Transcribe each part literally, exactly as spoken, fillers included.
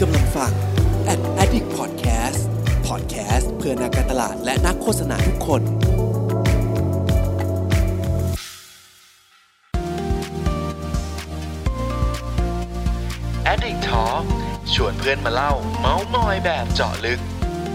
กำลังฟัง Ad Addict Podcast Podcast เพื่อนักการตลาดและนักโฆษณาทุกคน Addict Talk ชวนเพื่อนมาเล่าเม้าท์มอยแบบเจาะลึก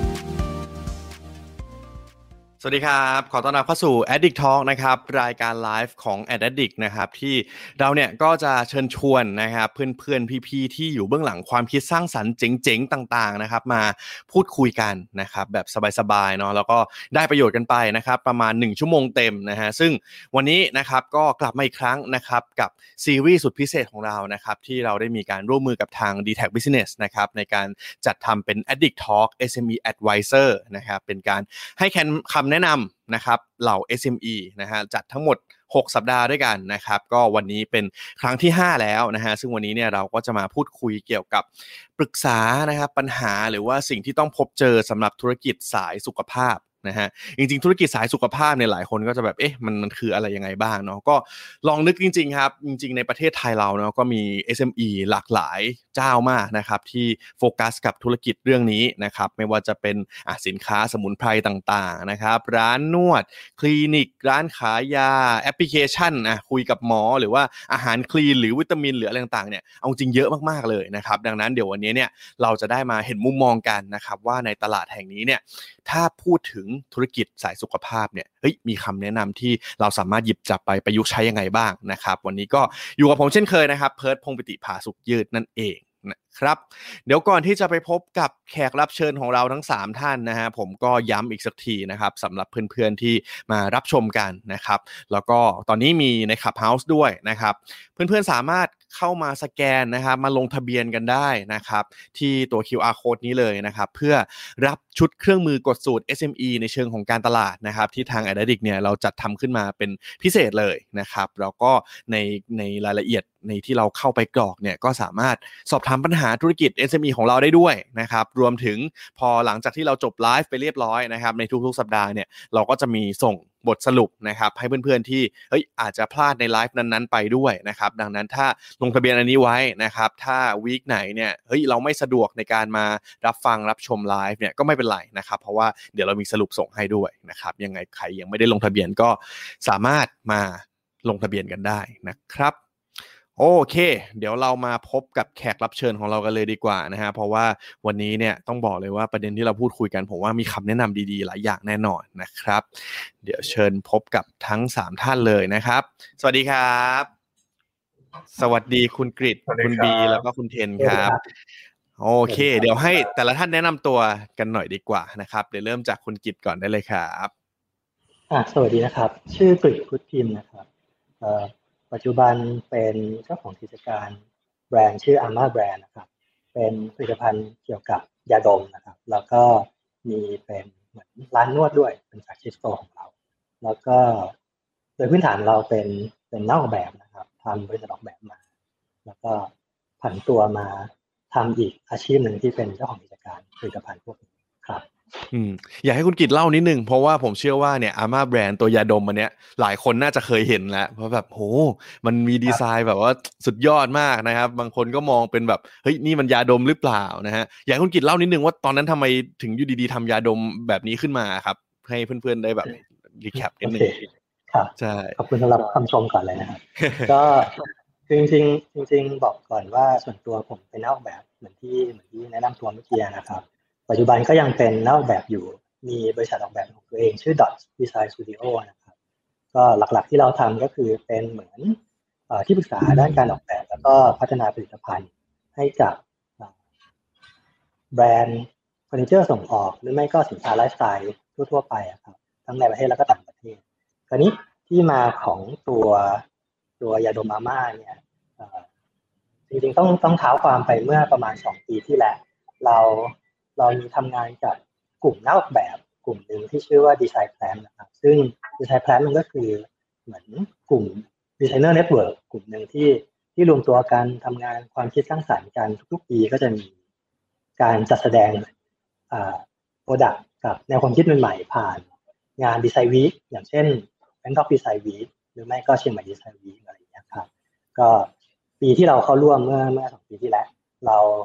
สวัสดีครับขอต้อนรับเข้าสู่ Addict Talk นะครับรายการไลฟ์ของ Ad Addict นะครับที่เราเนี่ยก็จะเชิญชวนนะครับเพื่อนๆพี่ๆที่อยู่เบื้องหลังความคิดสร้างสรรค์เจ๋งๆต่างๆนะครับมาพูดคุยกันนะครับแบบสบายๆเนาะแล้วก็ได้ประโยชน์กันไปนะครับประมาณหนึ่งชั่วโมงเต็มนะฮะซึ่งวันนี้นะครับก็กลับมาอีกครั้งนะครับกับซีรีส์สุดพิเศษของเรานะครับที่เราได้มีการร่วมมือกับทาง ดี ที เอ ซี Business นะครับในการจัดทำเป็น Addict Talk เอส เอ็ม อี Advisor นะครับเป็นการให้คำแนะนำนะครับเหล่า เอส เอ็ม อี นะฮะจัดทั้งหมดหกสัปดาห์ด้วยกันนะครับก็วันนี้เป็นครั้งที่ห้าแล้วนะฮะซึ่งวันนี้เนี่ยเราก็จะมาพูดคุยเกี่ยวกับปรึกษานะครับปัญหาหรือว่าสิ่งที่ต้องพบเจอสำหรับธุรกิจสายสุขภาพนะฮะจริงๆธุรกิจสายสุขภาพเนี่ยหลายคนก็จะแบบเอ๊ะมันมันคืออะไรยังไงบ้างเนาะก็ลองนึกจริงๆครับจริงๆในประเทศไทยเราเนาะก็มี เอส เอ็ม อี หลากหลายเจ้ามากนะครับที่โฟกัสกับธุรกิจเรื่องนี้นะครับไม่ว่าจะเป็นอ่ะสินค้าสมุนไพรต่างๆนะครับร้านนวดคลินิกร้านขายยาแอปพลิเคชันอ่ะคุยกับหมอหรือว่าอาหารคลีนหรือวิตามินหรืออะไรต่างๆเนี่ยเอาจริงเยอะมากๆเลยนะครับดังนั้นเดี๋ยววันนี้เนี่ยเราจะได้มาเห็นมุมมองกันนะครับว่าในตลาดแห่งนี้เนี่ยถ้าพูดถึงธุรกิจสายสุขภาพเนี่ยเฮ้ยมีคำแนะนำที่เราสามารถหยิบจับไปประยุกต์ใช้ยังไงบ้างนะครับวันนี้ก็อยู่กับผมเช่นเคยนะครับเพิร์ทพงษ์ปิติผาสุขยืดนั่นเองนะครับเดี๋ยวก่อนที่จะไปพบกับแขกรับเชิญของเราทั้งสามท่านนะฮะผมก็ย้ำอีกสักทีนะครับสำหรับเพื่อนๆที่มารับชมกันนะครับแล้วก็ตอนนี้มีใน Clubhouse ด้วยนะครับเพื่อนๆสามารถเข้ามาสแกนนะครับมาลงทะเบียนกันได้นะครับที่ตัว คิว อาร์ Code นี้เลยนะครับเพื่อรับชุดเครื่องมือกดสูตร เอส เอ็ม อี ในเชิงของการตลาดนะครับที่ทาง Ad Addict เนี่ยเราจัดทำขึ้นมาเป็นพิเศษเลยนะครับแล้วก็ในในรายละเอียดในที่เราเข้าไปกรอกเนี่ยก็สามารถสอบถามปัญหาธุรกิจ เอส เอ็ม อี ของเราได้ด้วยนะครับรวมถึงพอหลังจากที่เราจบไลฟ์ไปเรียบร้อยนะครับในทุกๆสัปดาห์เนี่ยเราก็จะมีส่งบทสรุปนะครับให้เพื่อนๆที่เฮ้ยอาจจะพลาดในไลฟ์นั้นๆไปด้วยนะครับดังนั้นถ้าลงทะเบียนอันนี้ไว้นะครับถ้าวีคไหนเนี่ยเฮ้ยเราไม่สะดวกในการมารับฟังรับชมไลฟ์เนี่ยก็ไม่เป็นไรนะครับเพราะว่าเดี๋ยวเรามีสรุปส่งให้ด้วยนะครับยังไงใครยังไม่ได้ลงทะเบียนก็สามารถมาลงทะเบียนกันได้นะครับโอเคเดี๋ยวเรามาพบกับแขกรับเชิญของเรากันเลยดีกว่านะฮะเพราะว่าวันนี้เนี่ยต้องบอกเลยว่าประเด็นที่เราพูดคุยกันผมว่ามีคำแนะนำดีๆหลายอย่างแน่นอนนะครับเดี๋ยวเชิญพบกับทั้งสามท่านเลยนะครับสวัสดีครับสวัสดีคุณกฤษคุณบีแล้วก็คุณเทนครับโอเคเดี๋ยวให้แต่ละท่านแนะนำตัวกันหน่อยดีกว่านะครับเดี๋ยวเริ่มจากคุณกฤษก่อนได้เลยครับอ่ะสวัสดีนะครับชื่อกฤษพุทธพิมพ์นะครับเอ่อปัจจุบันเป็นเจ้าของกิจการแบรนด์ชื่อ Ama Brand นะครับเป็นผลิตภัณฑ์เกี่ยวกับยาดมนะครับแล้วก็มีเป็นเหมือนร้านนวดด้วยเป็นแฟลกชิพสโตร์ของเราแล้วก็โดยพื้นฐานเราเป็นเป็นนักออกแบบนะครับทำบริษัทออกแบบมาแล้วก็ผันตัวมาทำอีกอาชีพหนึ่งที่เป็นเจ้าของกิจการผลิตภัณฑ์พวกนี้ครับอืมอยากให้คุณกิตเล่านิดนึงเพราะว่าผมเชื่อว่าเนี่ยอาม่าแบรนด์ตัวยาดมอันเนี้ยหลายคนน่าจะเคยเห็นแล้วเพราะแบบโหมันมีดีไซน์แบบว่าสุดยอดมากนะครับบางคนก็มองเป็นแบบเฮ้ยนี่มันยาดมหรือเปล่านะฮะอยากให้คุณกิตเล่านิดนึงว่าตอนนั้นทำไมถึงอยู่ดีๆทำยาดมแบบนี้ขึ้นมาครับให้เพื่อนๆได้แบบรีแคปนิดนึงครับใช่ขอบคุณสำหรับคำชมก่อนเลยนะครับก็จริงๆจริงๆบอกก่อนว่าส่วนตัวผมเป็นนักออกแบบเหมือนที่เหมือนที่แนะนำตัวเมื่อกี้นะครับปัจจุบันก็ยังเป็นนักออกแบบอยู่มีบริษัทออกแบบของตัวเองชื่อ Dot Design Studio นะครับก็หลักๆที่เราทำก็คือเป็นเหมือนเอ่อที่ปรึกษาด้านการออกแบบแล้วก็พัฒนาผลิตภัณฑ์ให้กับแบรนด์เฟอร์นิเจอร์ส่งออกหรือไม่ก็สินค้าไลฟ์สไตล์ทั่วๆไปครับทั้งในประเทศแล้วก็ต่างประเทศคราวนี้ที่มาของตัวตัวยาดมอาม่าเนี่ยจริงๆต้องต้องเท้าความไปเมื่อประมาณสองปีที่แล้วเราเรามีทำงานกับกลุ่มนักออกแบบกลุ่มหนึ่งที่ชื่อว่า Design Plan นะครับซึ่ง Design Plan มันก็คือเหมือนกลุ่ม Designer Network กลุ่มหนึ่งที่ที่รวมตัวกันทำงานความคิดสร้างสรรค์กันทุกๆปีก็จะมีการจัดแสดงอ่า product กับแนวความคิดใหม่ๆผ่านงาน Design Week อย่างเช่น Bangkok Design Week หรือไม่ก็เชียงใหม่ Design Week อะไรอย่างเงี้ยครับก็ปีที่เราเข้าร่วมเมื่อเมื่อสองปีที่แล้วเรา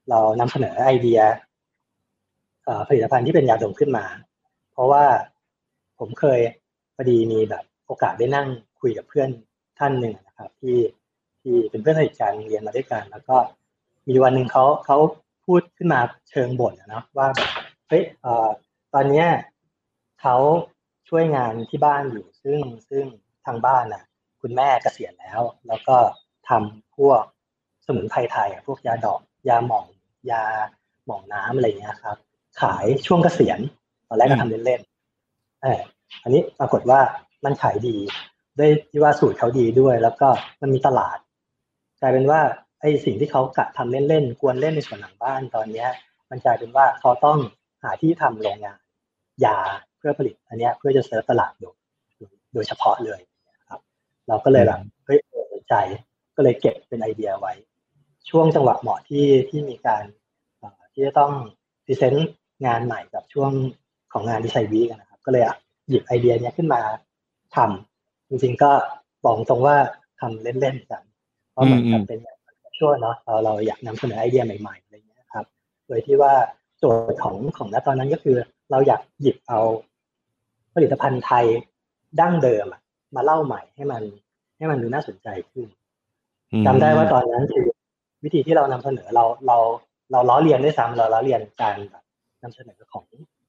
เรานำเสนอไอเดียผลิตภัณฑ์ที่เป็นยาดมขึ้นมาเพราะว่าผมเคยพอดีมีแบบโอกาสได้นั่งคุยกับเพื่อนท่านหนึ่งนะครับที่ที่เป็นเพื่อนสนิทกันเรียนมาด้วยกันแล้วก็มีวันหนึ่งเขาเขาพูดขึ้นมาเชิงบ่นนะเนาะว่าเฮ้ยเอ่อตอนนี้เขาช่วยงานที่บ้านอยู่ซึ่งซึ่งทางบ้านน่ะคุณแม่เกษียณแล้วแล้วก็ทำพวกสมุนไพรไทยพวกยาดอกยาหม่องยาหม่องน้ำอะไรอย่างเงี้ยครับขายช่วงเกษียณตอนแรกก็ทำเล่นๆเอออันนี้ปรากฏว่ามันขายดีด้วยที่ว่าสูตรเขาดีด้วยแล้วก็มันมีตลาดกลายเป็นว่าไอ้สิ่งที่เขากะทำเล่นๆกวนเล่นในส่วนหลังบ้านตอนนี้มันกลายเป็นว่าเขาต้องหาที่ทำโรงงานยาเพื่อผลิตอันนี้เพื่อจะเซิร์ฟตลาดโดยโดยเฉพาะเลยครับเราก็เลยแบบเฮ้ยสนใจก็เลยเก็บเป็นไอเดียไว้ช่วงจังหวะเหมาะที่ที่มีการที่จะต้องพรีเซนต์งานใหม่กับช่วงของงานดีไซน์วีคนะครับก็เลยหยิบไอเดียนี้ขึ้นมาทำจริงๆก็บอกตรงว่าทำเล่นๆกันเพราะเหมือนกับเป็นช่วงเนาะเราเราอยากนำเสนอไอเดียใหม่ๆอะไรเงี้ยครับโดยที่ว่าโจทย์ของของณตอนนั้นก็คือเราอยากหยิบเอาผลิตภัณฑ์ไทยดั้งเดิมมาเล่าใหม่ให้มันให้มันดูน่าสนใจขึ้นจำได้ว่าตอนนั้นคือวิธีที่เรานำเสนอเราเราเราล้อเลียนด้วยซ้ำเราล้อเลียนการแบบนำเสนอของ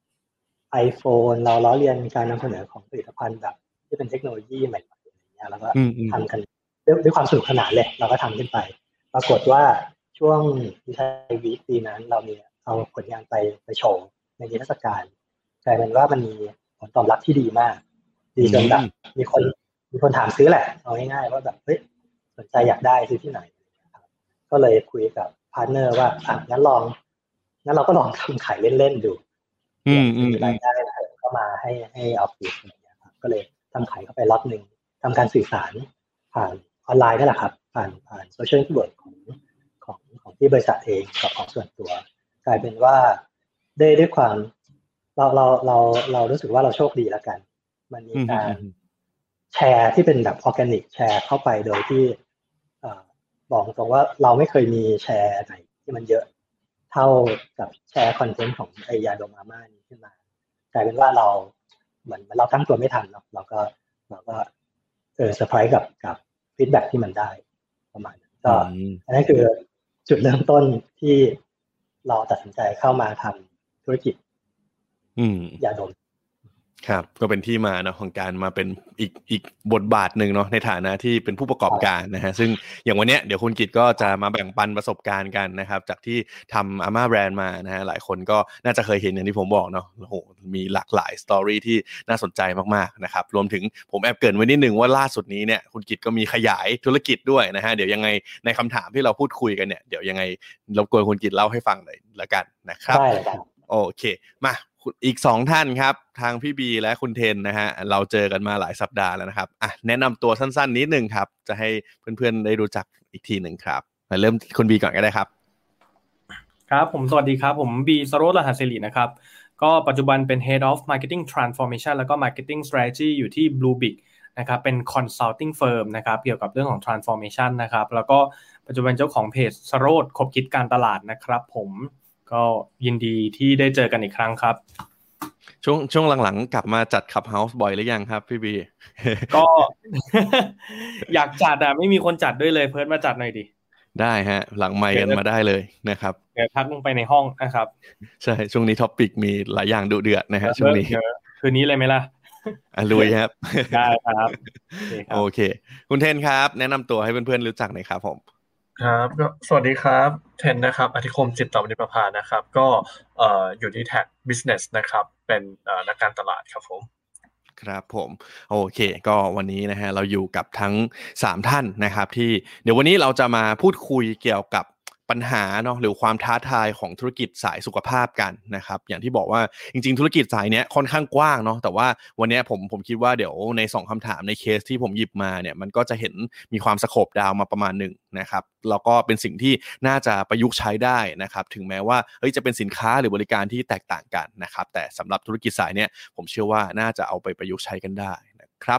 iPhone เราล้อเลียนการนำเสนอของผลิตภัณฑ์แบบที่เป็นเทคโนโลยีใหม่ๆอะไรอย่างเงี้ยแล้วก็ทำกันด้วยด้วยความสนุกสนานเลยเราก็ทำขึ้นไปปรากฏว่าช่วงดีไซน์วีคปีนั้นเรามีเอาผลงานไปไปโชว์ในนิทรรศการกลายเป็นว่ามันมีผลตอบรับที่ดีมากดีจนแบบมีคนมีคนถามซื้อแหละเอาง่ายๆว่าแบบเฮ้ยสนใจอยากได้ซื้อที่ไหนก็เลยคุยกับพาร์ทเนอร์ว่าอ่ะงั้นลองงั้นเราก็ลองทำขายเล่นๆดูอืมอืมรายได้เข้ามาให้ให้ออฟฟิศอะไรอย่างเงี้ยครับก็เลยทำขายเข้าไปล็อตหนึ่งทำการสื่อสารผ่านออนไลน์นั่นแหละครับผ่านผ่านโซเชียลเน็ตเวิร์กของของของที่บริษัทเองกับของส่วนตัวกลายเป็นว่าได้ด้วยความเราเราเราเรารู้สึกว่าเราโชคดีแล้วกันมันมีการแชร์ที่เป็นแบบออร์แกนิกแชร์เข้าไปโดยที่บอกตรงว่าเราไม่เคยมีแชร์ไหนที่มันเยอะเท่ากับแชร์คอนเทนต์ของไอยาดมอาม่านี้ขึ้นมากลายเป็นว่าเราเหมือนเราตั้งตัวไม่ทันเนาะเราก็เราก็เออเซอร์ไพรส์กับกับฟีดแบ็กที่มันได้ประมาณนั้นก็อันนั้นคือจุดเริ่มต้นที่เราตัดสินใจเข้ามาทำธุรกิจยาดมครับก็เป็นที่มาเนาะของการมาเป็นอีกอีกบทบาทหนึ่งเนาะในฐานะที่เป็นผู้ประกอบการนะฮะซึ่งอย่างวันเนี้ยเดี๋ยวคุณกิตก็จะมาแบ่งปันประสบการณ์กันนะครับจากที่ทำอาม่าแบรนด์มานะฮะหลายคนก็น่าจะเคยเห็นอย่างที่ผมบอกเนาะโอ้โหมีหลากหลายสตอรี่ที่น่าสนใจมากๆนะครับรวมถึงผมแอบเกริ่นไว้นิดนึงว่าล่าสุดนี้เนี่ยคุณกิตก็มีขยายธุรกิจด้วยนะฮะเดี๋ยวยังไงในคำถามที่เราพูดคุยกันเนี่ยเดี๋ยวยังไงรบกวนคุณกิตเล่าให้ฟังหน่อยละกันนะครับโอเคมาอีกสองท่านครับทางพี่บีและคุณเทนนะฮะเราเจอกันมาหลายสัปดาห์แล้วนะครับอ่ะแนะนำตัวสั้นๆนิดนึงครับจะให้เพื่อนๆได้รู้จักอีกทีหนึ่งครับมาเริ่มคุณบีก่อนก็ได้ครับครับผมสวัสดีครับผมบีสโรจน์ รหัสศิรินะครับก็ปัจจุบันเป็น Head of Marketing Transformation แล้วก็ Marketing Strategy อยู่ที่ Bluebiq นะครับเป็น Consulting Firm นะครับเกี่ยวกับเรื่องของ Transformation นะครับแล้วก็ปัจจุบันเจ้าของเพจสโรจน์คบคิดการตลาดนะครับผมก็ยินดีที่ได้เจอกันอีกครั้งครับช่วงช่วงหลังๆกลับมาจัด Clubhouse บ่อยหรือยังครับพี่บีก็ อยากจัดอ่ะไม่มีคนจัดด้วยเลยเพิร์ทมาจัดหน่อยดิได้ฮะหลังไมค์กันมาได้เลยนะครับเดี๋ยวทักลงไปในห้องนะครับใช่ช่วงนี้ท็อปิกมีหลายอย่างดุเดือดนะฮะช่วงนี้คืนนี้เลยไหมล่ะอ่ะลุยครับได้ครับโอเคคุณเทนครับแนะนำตัวให้เพื่อนๆรู้จักหน่อยครับผมครับก็สวัสดีครับเทนนะครับอธิคมจิตตวณิประภานะครับก็เอ่ออยู่ที่แท็ก Business นะครับเป็นเอ่อนักการตลาดครับผมครับผมโอเคก็วันนี้นะฮะเราอยู่กับทั้งสามท่านนะครับที่เดี๋ยววันนี้เราจะมาพูดคุยเกี่ยวกับปัญหาเนาะหรือความท้าทายของธุรกิจสายสุขภาพกันนะครับอย่างที่บอกว่าจริงๆธุรกิจสายเนี้ยค่อนข้างกว้างเนาะแต่ว่าวันนี้ผมผมคิดว่าเดี๋ยวในสองคำถามในเคสที่ผมหยิบมาเนี่ยมันก็จะเห็นมีความสโคปดาวมาประมาณหนึ่งนะครับแล้วก็เป็นสิ่งที่น่าจะประยุกต์ใช้ได้นะครับถึงแม้ว่าเฮ้ยจะเป็นสินค้าหรือบริการที่แตกต่างกันนะครับแต่สำหรับธุรกิจสายเนี้ยผมเชื่อว่าน่าจะเอาไปประยุกต์ใช้กันได้นะครับ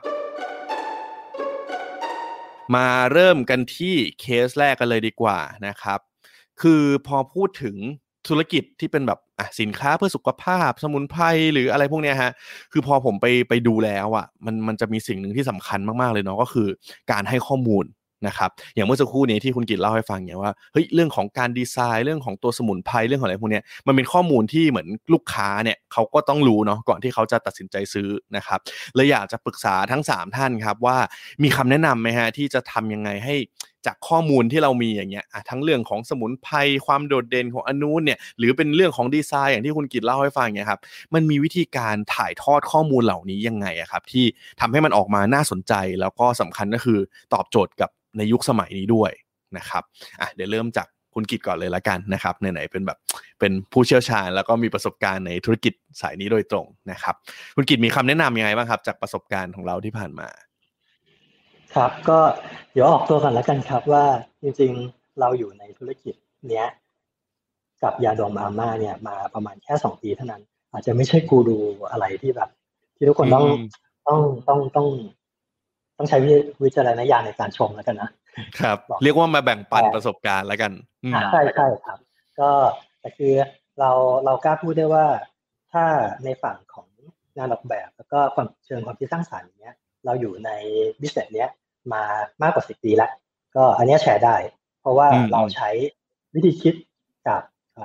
มาเริ่มกันที่เคสแรกกันเลยดีกว่านะครับคือพอพูดถึงธุรกิจที่เป็นแบบอ่ะสินค้าเพื่อสุขภาพสมุนไพรหรืออะไรพวกเนี้ยฮะคือพอผมไปไปดูแล้วอ่ะมันมันจะมีสิ่งหนึ่งที่สำคัญมากๆเลยเนาะก็คือการให้ข้อมูลนะครับอย่างเมื่อสักครู่นี้ที่คุณกิตเล่าให้ฟังเนี่ยว่าเฮ้ยเรื่องของการดีไซน์เรื่องของตัวสมุนไพรเรื่องของอะไรพวกเนี้ยมันเป็นข้อมูลที่เหมือนลูกค้าเนี่ยเขาก็ต้องรู้เนาะก่อนที่เขาจะตัดสินใจซื้อนะครับเลยอยากจะปรึกษาทั้งสามท่านครับว่ามีคำแนะนำไหมฮะที่จะทำยังไงให้จากข้อมูลที่เรามีอย่างเงี้ยทั้งเรื่องของสมุนไพรความโดดเด่นของอนูเนี่ยหรือเป็นเรื่องของดีไซน์อย่างที่คุณกิตเล่าให้ฟังเนี่ยครับมันมีวิธีการถ่ายทอดข้อมูลเหล่านี้ยังไงอะครับที่ทำให้มันออกมาน่าสนใจแล้วก็สำคัญก็คือตอบโจทย์กับในยุคสมัยนี้ด้วยนะครับอ่ะเดี๋ยวเริ่มจากคุณกิตก่อนเลยละกันนะครับไหนๆเป็นแบบเป็นผู้เชี่ยวชาญแล้วก็มีประสบการณ์ในธุรกิจสายนี้โดยตรงนะครับคุณกิตมีคำแนะนำยังไงบ้างครับจากประสบการณ์ของเราที่ผ่านมาครับก็เดี๋ยวออกตัวกันแล้วกันครับว่าจริงๆเราอยู่ในธุรกิจเนี้ยกับยาดมอาม่าเนี่ยมาประมาณแค่สองปีเท่านั้นอาจจะไม่ใช่กูรูอะไรที่แบบที่ทุกคนต้องต้องต้องต้องต้องใช้วิจารณญาณในการชมแล้วกันนะครับเรียกว่ามาแบ่งปันประสบการณ์แล้วกันใช่ใช่ครับก็แต่คือเราเรากล้าพูดได้ว่าถ้าในฝั่งของงานออกแบบแล้วก็ความเชิงความคิดสร้างสรรค์เนี้ยเราอยู่ในบิสเนสเนี้ยมามากกว่าสิบปีแล้วก็อันนี้แชร์ได้เพราะว่าเราใช้วิธีคิดกับ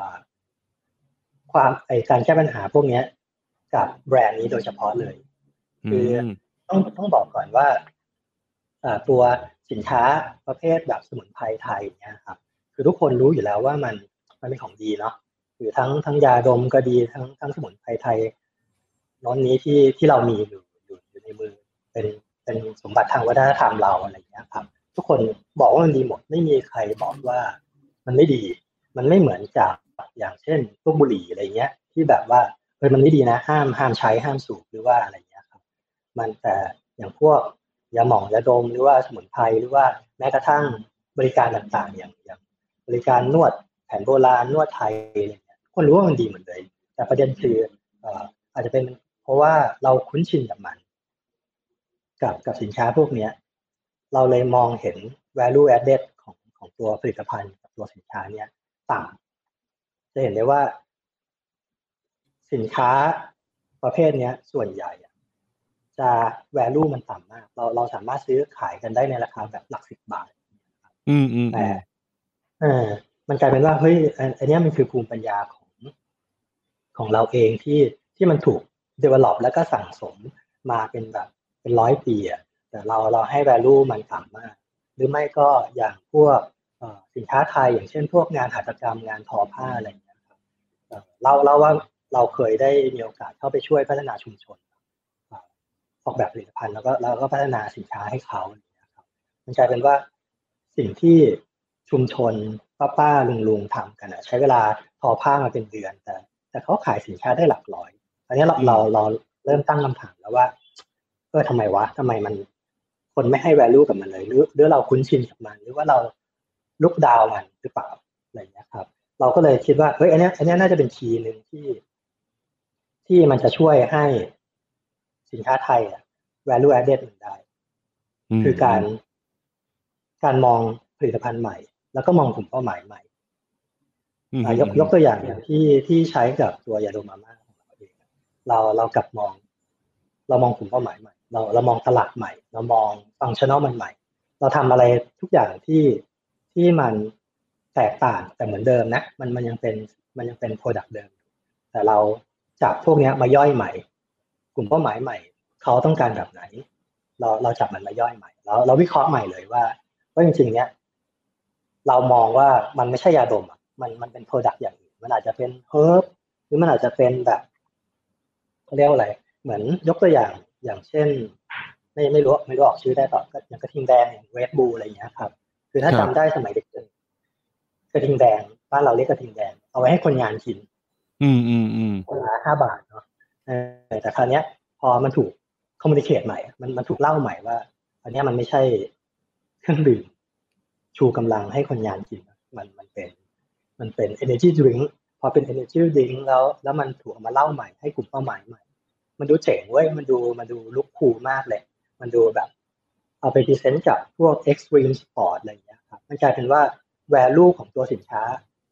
ความไอการแก้ปัญหาพวกนี้กับแบรนด์นี้โดยเฉพาะเลยคือต้องต้องบอกก่อนว่าตัวสินค้าประเภทแบบสมุนไพรไทยเนี่ยครับคือทุกคนรู้อยู่แล้วว่ามันมันเป็นของดีเนาะคือทั้งทั้งยาดมก็ดีทั้งทั้งสมุนไพรไทยน้นนี้ที่ที่เรามีอยู่อยู่อยู่ในมือเป็นเป็นสมบัติทางวัฒนธรรมเราอะไรอย่างเงี้ยครับทุกคนบอกว่ามันดีหมดไม่มีใครบอกว่ามันไม่ดีมันไม่เหมือนกับอย่างเช่นพวกบุหรี่อะไรเงี้ยที่แบบว่าเฮ้ยมันไม่ดีนะห้ามห้ามใช้ห้ามสูบหรือว่าอะไรเงี้ยครับมันแต่อย่างพวกยาหม่องยาดมหรือว่าสมุนไพรหรือว่าแม้กระทั่งบริการต่างๆอย่างอย่างบริการนวดแผนโบราณนวดไทยอะไรเงี้ยคนรู้ว่ามันดีหมดเลยแต่ประเด็นคือเอ่ออาจจะเป็นเพราะว่าเราคุ้นชินกับมันกับกับสินค้าพวกนี้เราเลยมองเห็น value added ของของตัวผลิตภัณฑ์กับตัวสินค้าเนี้ยต่ำจะเห็นได้ว่าสินค้าประเภทนี้ส่วนใหญ่จะ value มันต่ำมากเราเราสามารถซื้อขายกันได้ในราคาแบบหลักสิบบาทอืมอืมแต่เออมันกลายเป็นว่าเฮ้ยอันนี้มันคือภูมิปัญญาของของเราเองที่ที่มันถูก develop แล้วก็สั่งสมมาเป็นแบบเป็นร้อยปีอ่ะแต่เราเราให้ value มันต่ำมากหรือไม่ก็อย่างพวกสินค้าไทยอย่างเช่นพวกงานหัตถกรรมงานทอผ้าอะไรอย่างเงี้ยครับเราเราว่าเราเคยได้มีโอกาสเข้าไปช่วยพัฒนาชุมชนออกแบบผลิตภัณฑ์แล้วก็แล้วก็พัฒนาสินค้าให้เขาครับมันกลายเป็นว่าสิ่งที่ชุมชนป้าๆลุงๆทำกันอ่ะใช้เวลาทอผ้ามาเป็นเดือนแต่แต่เขาขายสินค้าได้หลักร้อยตอนนี้เราเราเราเริ่มตั้งคำถามแล้วว่าเออทำไมวะทำไมมันคนไม่ให้ value กับมันเลยหรือหรือเราคุ้นชินกับมันหรือว่าเราลุกดาวมันหรือเปล่าอะไรอย่างเงี้ยครับเราก็เลยคิดว่าเฮ้ยอันนี้อันนี้น่าจะเป็นคีย์นึงที่ที่มันจะช่วยให้สินค้าไทยอ่ะ value added มันได้คือการการมองผลิตภัณฑ์ใหม่แล้วก็มองกลุ่มเป้าหมายใหม่ยกยกตัวอย่างอย่างที่ที่ใช้กับตัวยาดมอาม่าของเราเองเราเรากลับมองเรามองกลุ่มเป้าหมายใหม่เราเรามองตลาดใหม่เรามองฟังก์ชันนอลมันใหม่เราทำอะไรทุกอย่างที่ที่มันแตกต่างแต่เหมือนเดิมนะมันมันยังเป็นมันยังเป็นโปรดักต์เดิมแต่เราจับพวกนี้มาย่อยใหม่กลุ่มเป้าหมายใหม่เขาต้องการแบบไหนเราเราจับมันมาย่อยใหม่แล้วเราวิเคราะห์ใหม่เลยว่าว่าจริงๆเนี้ยเรามองว่ามันไม่ใช่ยาดมอ่ะมันมันเป็นโปรดักต์อย่างอื่นมันอาจจะเป็นเฮิร์บหรือมันอาจจะเป็นแบบเขาเรียกว่าอะไรเหมือนยกตัวอย่างอย่างเช่นไม่ไม่รู้ไม่รู้ออกชื่อได้ต่อก็อย่างกระทิงแดงเรดบูลอะไรอย่างเงี้ยครับคือถ้าจำได้สมัยเด็กๆกระทิงแดงบ้านเราเรียกกระทิงแดงเอาไว้ให้คนงานกินอืมอืมอืมคนละห้าบาทเนาะแต่คราวนี้พอมันถูกคอมมูนิเคตใหม่มันมันถูกเล่าใหม่ว่าอันนี้มันไม่ใช่เครื่องดื่มชูกำลังให้คนงานกินมันมันเป็นมันเป็น energy drink พอเป็น energy drink แล้วแล้วมันถูกเอามาเล่าใหม่ให้กลุ่มเป้าหมายใหม่มันดูเจ๋งเว้ยมันดูมันดูลุคคูลมากเลยมันดูแบบเอาไปพรีเซนต์กับพวก extreme sport อะไรอย่างเงี้ยครับมันกลายเป็นว่า value ของตัวสินค้า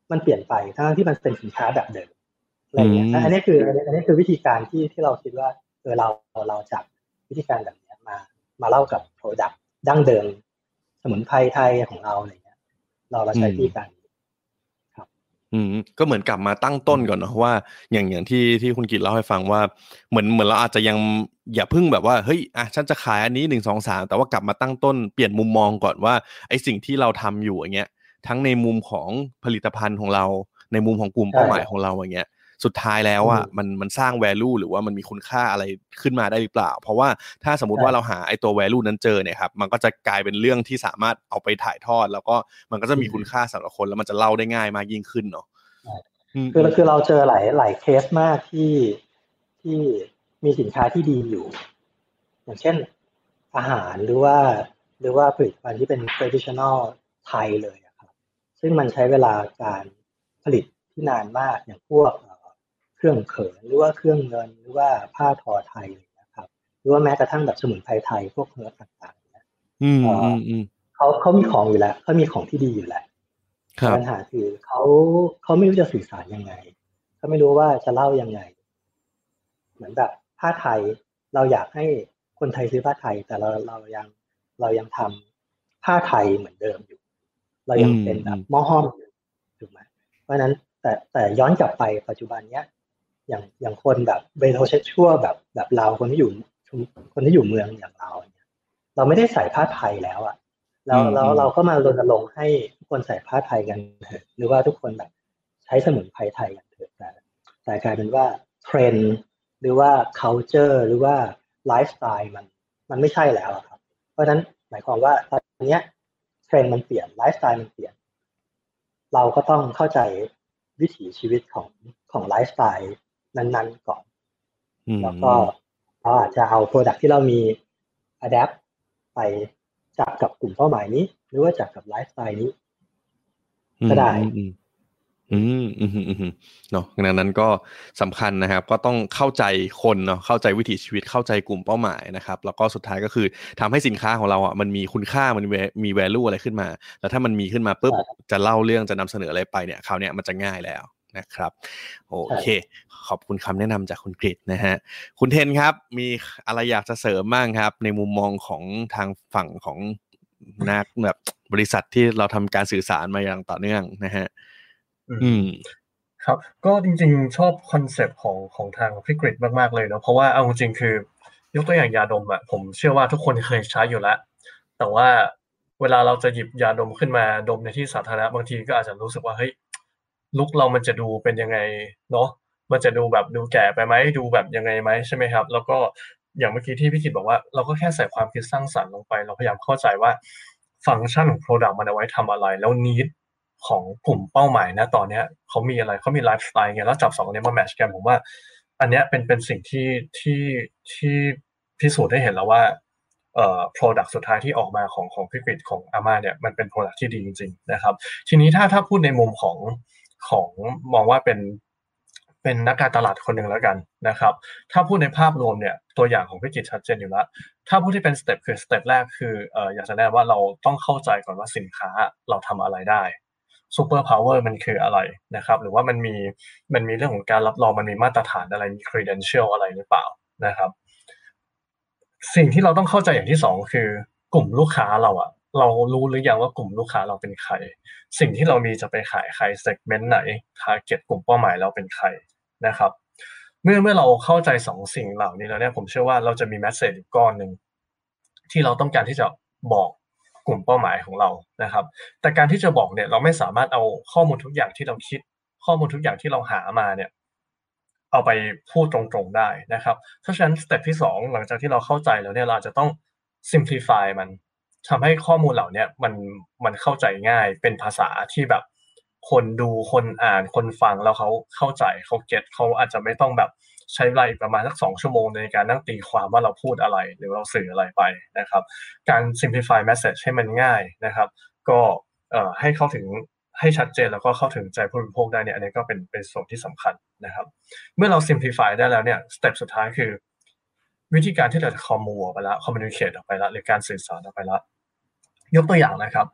มันเปลี่ยนไปทั้งที่มันเป็นสินค้าแบบเดิมอะไรอย่างเงี้ยอันนี้คืออันนี้คือวิธีการที่ที่เราคิดว่าเออเราเราจับวิธีการแบบนี้มามาเล่ากับ product ดั้งเดิมสมุนไพรไทยของเราอะไรเงี้ยเราเราใช้วิธีการครับอืมก็เหมือนกลับมาตั้งต้นก่อนเนาะว่าอย่างอย่างที่ที่คุณกิตเล่าให้ฟังว่าเหมือนเหมือนเราอาจจะยังอย่าพึ่งแบบว่าเฮ้ยอ่ะฉันจะขายอันนี้หนึ่ง สอง สามแต่ว่ากลับมาตั้งต้นเปลี่ยนมุมมองก่อนว่าไอ้สิ่งที่เราทำอยู่อย่างเงี้ยทั้งในมุมของผลิตภัณฑ์ของเราในมุมของกลุ่มเป้าหมายของเราอย่างเงี้ยสุดท้ายแล้วอ่ะมันมันสร้าง value หรือว่ามันมีคุณค่าอะไรขึ้นมาได้หรือเปล่าเพราะว่าถ้าสมมุติว่าเราหาไอ้ตัว value นั้นเจอเนี่ยครับมันก็จะกลายเป็นเรื่องที่สามารถเอาไปถ่ายทอดแล้วก็มันก็จะมีคุณค่าสำหรับคนแล้วมันจะเล่าได้ง่ายมากยิ่งขึ้นเนาะคือคือเราเจอหลายหลายเคสมากที่ที่มีสินค้าที่ดีอยู่อย่างเช่นอาหารหรือว่าหรือว่าผลิตภัณฑ์ที่เป็น traditional ไทยเลยครับซึ่งมันใช้เวลาการผลิตที่นานมากอย่างพวกเครื่องเขินหรือว่าเครื่องเงินหรือว่าผ้าทอไทยนะครับหรือว่าแม้กระทั่งแบบสมุนไพรไทยพวกเนื้อต่างๆเนี่ยอืมอืมอืมเขาเขามีของอยู่แล้วเขามีของที่ดีอยู่แล้วปัญหาคือเขาเขาไม่รู้จะสื่อสารยังไงเขาไม่รู้ว่าจะเล่ายังไงเหมือนแบบผ้าไทยเราอยากให้คนไทยซื้อผ้าไทยแต่เราเรายังเรายังทำผ้าไทยเหมือนเดิมอยู่เรายังเป็นแบบหม้อห้อมอยู่ถูกไหมเพราะฉะนั้นแต่แต่ย้อนกลับไปปัจจุบันเนี้ยอย่างอย่างคนแบบเบโทเชชัวแบบแบบเราคนที่อยู่คนที่อยู่เมืองอย่างเราเนี่ยเราไม่ได้ใส่ผ้าไทยแล้วอ่ะแล้วแล้วเราก็มารณรงค์ให้ทุกคนใส่ผ้าไทยกันเถอะหรือว่าทุกคนแบบใช้สมุนไพรไทยกันเถอะแต่แต่กลายเป็นว่าเทรนด์หรือว่า culture หรือว่าไลฟ์สไตล์มันมันไม่ใช่แล้วครับเพราะฉะนั้นหมายความว่าตอนนี้เทรนด์มันเปลี่ยนไลฟ์สไตล์มันเปลี่ยนเราก็ต้องเข้าใจวิถีชีวิตของของไลฟ์สไตล์นั้นๆก่อนแล้วก็เราอาจจะเอา product ที่เรามี adapt ไปจับกับกลุ่มเป้าหมายนี้หรือว่าจับกับไลฟ์สไตล์นี้ก็ได้อืมอืมอืมเนาะดังนั้นก็สำคัญนะครับก็ต้องเข้าใจคนเนาะเข้าใจวิถีชีวิตเข้าใจกลุ่มเป้าหมายนะครับแล้วก็สุดท้ายก็คือทำให้สินค้าของเราอ่ะมันมีคุณค่ามันมี value อะไรขึ้นมาแล้วถ้ามันมีขึ้นมาปุ๊บจะเล่าเรื่องจะนำเสนออะไรไปเนี่ยคราวนี้มันจะง่ายแล้วนะครับโอเคขอบคุณคำแนะนำจากคุณกฤษนะฮะคุณเทนครับมีอะไรอยากจะเสริมบ้างครับในมุมมองของทางฝั่งของนักแบบบริษัทที่เราทำการสื่อสารมาอย่างต่อเนื่องนะฮะอืมครับก็จริงๆชอบคอนเซปต์ของของทางพี่กฤษมากๆเลยเนาะเพราะว่าเอาจริงๆคือยกตัวอย่างยาดมอ่ะผมเชื่อว่าทุกคนเคยใช้อยู่แล้วแต่ว่าเวลาเราจะหยิบยาดมขึ้นมาดมในที่สาธารณะบางทีก็อาจจะรู้สึกว่าเฮ้ยลุคเรามันจะดูเป็นยังไงเนาะมันจะดูแบบดูแก่ไปไหมดูแบบยังไงไหมใช่ไหมครับแล้วก็อย่างเมื่อกี้ที่พี่กฤษบอกว่าเราก็แค่ใส่ความคิดสร้างสรรค์ลงไปเราพยายามเข้าใจว่าฟังก์ชันของ product มันเอาไว้ทำอะไรแล้ว needของกลุ่มเป้าหมายนะตอนนี้เขามีอะไรเขามีไลฟ์สไตล์ไงแล้วจับสองอันนี้มาแมทช์กันผมว่าอันนี้เป็นเป็นสิ่งที่ที่ที่พิสูจน์ได้เห็นแล้วว่าเอ่อ product สุดท้ายที่ออกมาของของพี่กฤษของอาม่าเนี่ยมันเป็น product ที่ดีจริงๆนะครับทีนี้ถ้าถ้าพูดในมุมของของมองว่าเป็นเป็นนักการตลาดคนหนึ่งแล้วกันนะครับถ้าพูดในภาพรวมเนี่ยตัวอย่างของพี่กฤษชัดเจนอยู่แล้วถ้าพูดที่เป็นสเต็ปคือสเต็ปแรกคือเอ่ออยากจะแนะนำว่าเราต้องเข้าใจก่อนว่าสินค้าเราทำอะไรได้ซูเปอร์พาวเวอร์มันคืออะไรนะครับหรือว่ามันมีมันมีเรื่องของการรับรองมันมีมาตรฐานอะไรมี credential อะไรหรือเปล่านะครับสิ่งที่เราต้องเข้าใจอย่างที่สองคือกลุ่มลูกค้าเราอะเรารู้หรือยังว่ากลุ่มลูกค้าเราเป็นใครสิ่งที่เรามีจะไปขายใคร segment ไหน target กลุ่มเป้าหมายเราเป็นใครนะครับเมื่อเมื่อเราเข้าใจสองสิ่งเหล่านี้แล้วเนี่ยผมเชื่อว่าเราจะมี message อีกก้อนนึงที่เราต้องการที่จะบอกกลุ่มเป้าหมายของเรานะครับแต่การที่จะบอกเนี่ยเราไม่สามารถเอาข้อมูลทุกอย่างที่เราคิดข้อมูลทุกอย่างที่เราหามาเนี่ยเอาไปพูดตรงๆได้นะครับเพราะฉะนั้นสเต็ปที่สองหลังจากที่เราเข้าใจแล้วเนี่ยเราจะต้อง simplify มันทำให้ข้อมูลเหล่านี้มันมันเข้าใจง่ายเป็นภาษาที่แบบคนดูคนอ่านคนฟังแล้วเขาเข้าใจเขาเก็ตเขาอาจจะไม่ต้องแบบใช้เวลาประมาณสักสองชั่วโมงในการนั่งตีความว่าเราพูดอะไรหรือเราสื่ออะไรไปนะครับการ simplify message ให้มันง่ายนะครับก็เอ่อให้เข้าถึงให้ชัดเจนแล้วก็เข้าถึงใจผู้บริโภคได้เนี่ยอันนี้ก็เป็นเป็นส่วนที่สำคัญนะครับเมื่อเรา simplify ได้แล้วเนี่ยสเต็ปสุดท้ายคือวิธีการที่เราจะ communicate ออกไปแล้ว communicate ออกไปแล้วหรือการสื่อสารออกไปแล้วยกตัวอย่างนะครับ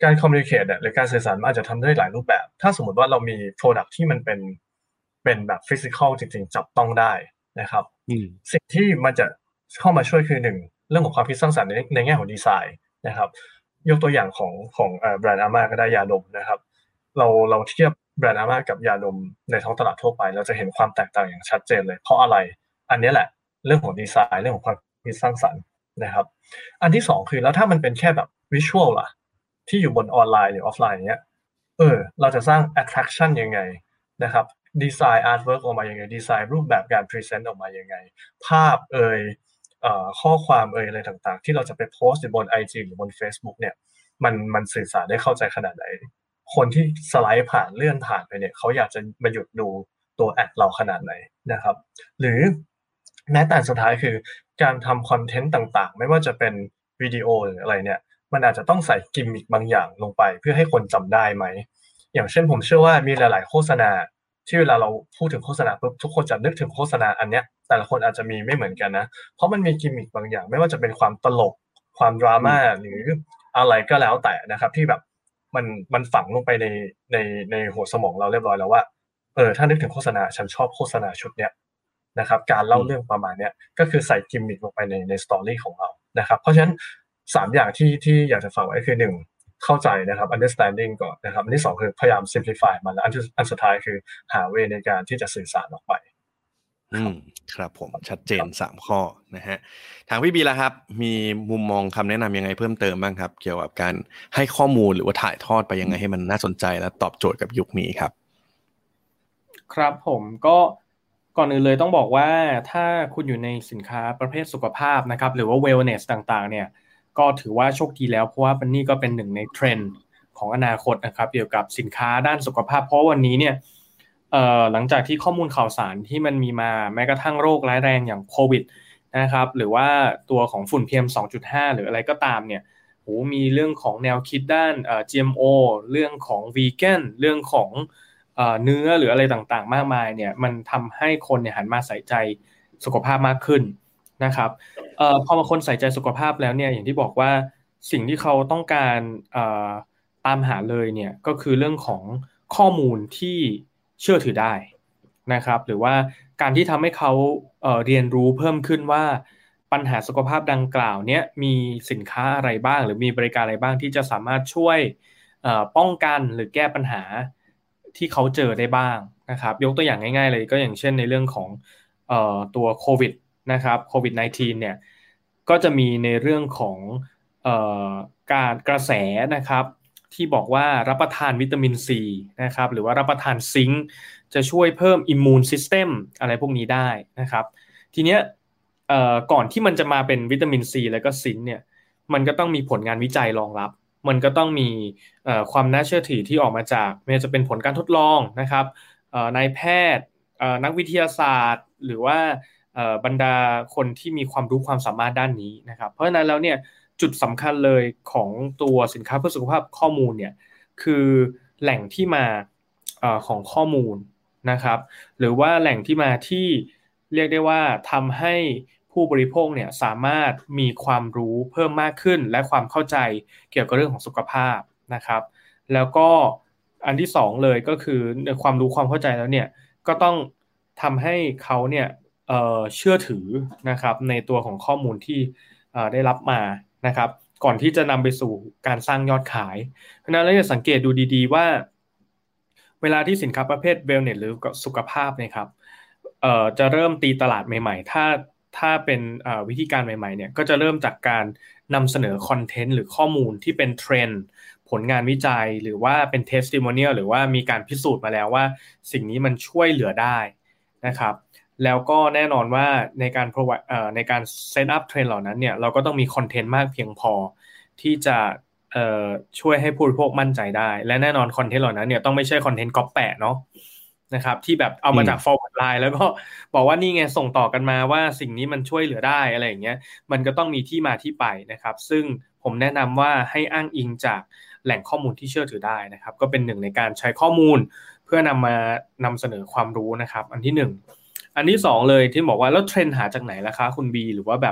การคอมมิวนิเคชเนี่ยหรือการสื่อสารมันอาจจะทำได้หลายรูปแบบถ้าสมมติว่าเรามี product ที่มันเป็นเป็นแบบ physical จริงๆจับต้องได้นะครับสิ่งที่มันจะเข้ามาช่วยคือหนึ่งเรื่องของความคิดสร้างสรรค์ในในแง่ของดีไซน์นะครับยกตัวอย่างของของเอ่อแบรนด์อาม่าก็ได้ยาดมนะครับเราเราเทียบแบรนด์อาม่ากับยาดมในท้องตลาดทั่วไปเราจะเห็นความแตกต่างอย่างชัดเจนเลยเพราะอะไรอันนี้แหละเรื่องของดีไซน์เรื่องของความคิดสร้างสรรค์นะครับอันที่สองคือแล้วถ้ามันเป็นแค่แบบวิชวลล่ะที่อยู่บนออนไลน์หรือออฟไลน์อย่างเงี้ยเออเราจะสร้าง attraction ยังไงนะครับดีไซน์อาร์ตเวิร์กออกมายังไงดีไซน์รูปแบบการพรีเซนต์ออกมายังไงภาพเอ่ยเอ่อข้อความเอ่ยอะไรต่างๆที่เราจะไปโพสต์บน ไอ จี หรือบน Facebook เนี่ยมันมันสื่อสารได้เข้าใจขนาดไหนคนที่สไลด์ผ่านเลื่อนผ่านไปเนี่ยเขาอยากจะมาหยุดดูตัวแอดเราขนาดไหนนะครับหรือแม้แต่สุดท้ายคือการทำคอนเทนต์ต่างๆไม่ว่าจะเป็นวิดีโอหรืออะไรเนี่ยมันอาจจะต้องใส่กิมมิคบางอย่างลงไปเพื่อให้คนจำได้ไหมอย่างเช่นผมเชื่อว่ามีหลายๆโฆษณาที่เวลาเราพูดถึงโฆษณาปุ๊บทุกคนจะนึกถึงโฆษณาอันเนี้ยแต่ละคนอาจจะมีไม่เหมือนกันนะเพราะมันมีกิมมิคบางอย่างไม่ว่าจะเป็นความตลกความดราม่าหรืออะไรก็แล้วแต่นะครับที่แบบมันมันฝังลงไปในในในหัวสมองเราเรียบร้อยแล้วว่าเออถ้านึกถึงโฆษณาฉันชอบโฆษณาชุดเนี้ยนะครับการเล่าเรื่องประมาณเนี้ยก็คือใส่กิมมิคลงไปในในสตอรี่ของเรานะครับเพราะฉะนั้นสามอย่างที่ที่อยากจะฝากไว้คือหนึ่งเข้าใจนะครับ understanding ก่อนนะครับอันที่สองคือพยายาม simplify มันและอันที่อันสุดท้ายคือหาเวในการที่จะสื่อสารออกไปอืมครับผมชัดเจนสามข้อนะฮะทางพี่บีล่ะครับมีมุมมองคำแนะนำยังไงเพิ่มเติมบ้างครับเกี่ยวกับการให้ข้อมูลหรือว่าถ่ายทอดไปยังไงให้มันน่าสนใจและตอบโจทย์กับยุคนี้ครับครับผมก็ก่อนอื่นเลยต้องบอกว่าถ้าคุณอยู่ในสินค้าประเภทสุขภาพนะครับหรือว่า wellness ต่างๆเนี่ยก็ถือว่าโชคดีแล้วเพราะว่านี่ก็เป็นหนึ่งในเทรนด์ของอนาคตนะครับเกี่ยวกับสินค้าด้านสุขภาพเพราะวันนี้เนี่ยเอ่อหลังจากที่ข้อมูลข่าวสารที่มันมีมาแม้กระทั่งโรคร้ายแรงอย่างโควิดนะครับหรือว่าตัวของฝุ่น พี เอ็ม สองจุดห้า หรืออะไรก็ตามเนี่ยโหมีเรื่องของแนวคิดด้านเอ่อ จี เอ็ม โอ เรื่องของวีแกนเรื่องของเอ่อเนื้อหรืออะไรต่างๆมากมายเนี่ยมันทำให้คนเนี่ยหันมาใส่ใจสุขภาพมากขึ้นนะครับเอ่อพอมาคนใส่ใจสุขภาพแล้วเนี่ยอย่างที่บอกว่าสิ่งที่เขาต้องการเอ่อตามหาเลยเนี่ยก็คือเรื่องของข้อมูลที่เชื่อถือได้นะครับหรือว่าการที่ทำให้เขาเอ่อเรียนรู้เพิ่มขึ้นว่าปัญหาสุขภาพดังกล่าวเนี้ยมีสินค้าอะไรบ้างหรือมีบริการอะไรบ้างที่จะสามารถช่วยเอ่อป้องกันหรือแก้ปัญหาที่เขาเจอได้บ้างนะครับยกตัวอย่างง่ายๆเลยก็อย่างเช่นในเรื่องของเอ่อตัวโควิดนะครับโควิด สิบเก้า เนี่ยก็จะมีในเรื่องของเอ่อการกระแสนะครับที่บอกว่ารับประทานวิตามินซีนะครับหรือว่ารับประทานซิงค์จะช่วยเพิ่มอิมมูนซิสเต็มอะไรพวกนี้ได้นะครับทีเนี้ยเอ่อก่อนที่มันจะมาเป็นวิตามินซีแล้วก็ซิงค์เนี่ยมันก็ต้องมีผลงานวิจัยรองรับมันก็ต้องมีเอ่อความน่าเชื่อถือที่ออกมาจากไม่ว่าจะเป็นผลการทดลองนะครับเอ่อนายแพทย์เอ่อนักวิทยาศาสตร์หรือว่าเอ่อบรรดาคนที่มีความรู้ความสามารถด้านนี้นะครับเพราะฉะนั้นแล้วเนี่ยจุดสำคัญเลยของตัวสินค้าเพื่อสุขภาพข้อมูลเนี่ยคือแหล่งที่มาเอ่อของข้อมูลนะครับหรือว่าแหล่งที่มาที่เรียกได้ว่าทำให้ผู้บริโภคเนี่ยสามารถมีความรู้เพิ่มมากขึ้นและความเข้าใจเกี่ยวกับเรื่องของสุขภาพนะครับแล้วก็อันที่สองเลยก็คือความรู้ความเข้าใจแล้วเนี่ยก็ต้องทำให้เขาเนี่ยเอ่อเชื่อถือนะครับในตัวของข้อมูลที่เอ่อได้รับมานะครับก่อนที่จะนำไปสู่การสร้างยอดขายเพราะฉะนั้นเราจะสังเกตดูดีๆว่าเวลาที่สินค้าประเภท wellness หรือสุขภาพเนี่ยครับเอ่อจะเริ่มตีตลาดใหม่ๆถ้าถ้าเป็นวิธีการใหม่ๆเนี่ยก็จะเริ่มจากการนำเสนอคอนเทนต์หรือข้อมูลที่เป็นเทรนด์ผลงานวิจัยหรือว่าเป็น testimonial หรือว่ามีการพิสูจน์มาแล้วว่าสิ่งนี้มันช่วยเหลือได้นะครับแล้วก็แน่นอนว่าในการ provide เอ่อในการ set up เทรนด์เหล่านั้นเนี่ยเราก็ต้องมีคอนเทนต์มากเพียงพอที่จะเอ่อช่วยให้ผู้บริโภคมั่นใจได้และแน่นอนคอนเทนต์เหล่านั้นเนี่ยต้องไม่ใช่คอนเทนต์ก๊อปแปะเนาะนะครับที่แบบเอามาจาก forward line แล้วก็บอกว่านี่ไงส่งต่อกันมาว่าสิ่งนี้มันช่วยเหลือได้อะไรอย่างเงี้ยมันก็ต้องมีที่มาที่ไปนะครับซึ่งผมแนะนำว่าให้อ้างอิงจากแหล่งข้อมูลที่เชื่อถือได้นะครับก็เป็นหนึ่งในการใช้ข้อมูลเพื่อนำมานำเสนอความรู้นะครับอันที่หนึ่งอันที่สองเลยที่บอกว่าแล้วเทรนด์หาจากไหนล่ะคะคุณบีหรือว่าแบบ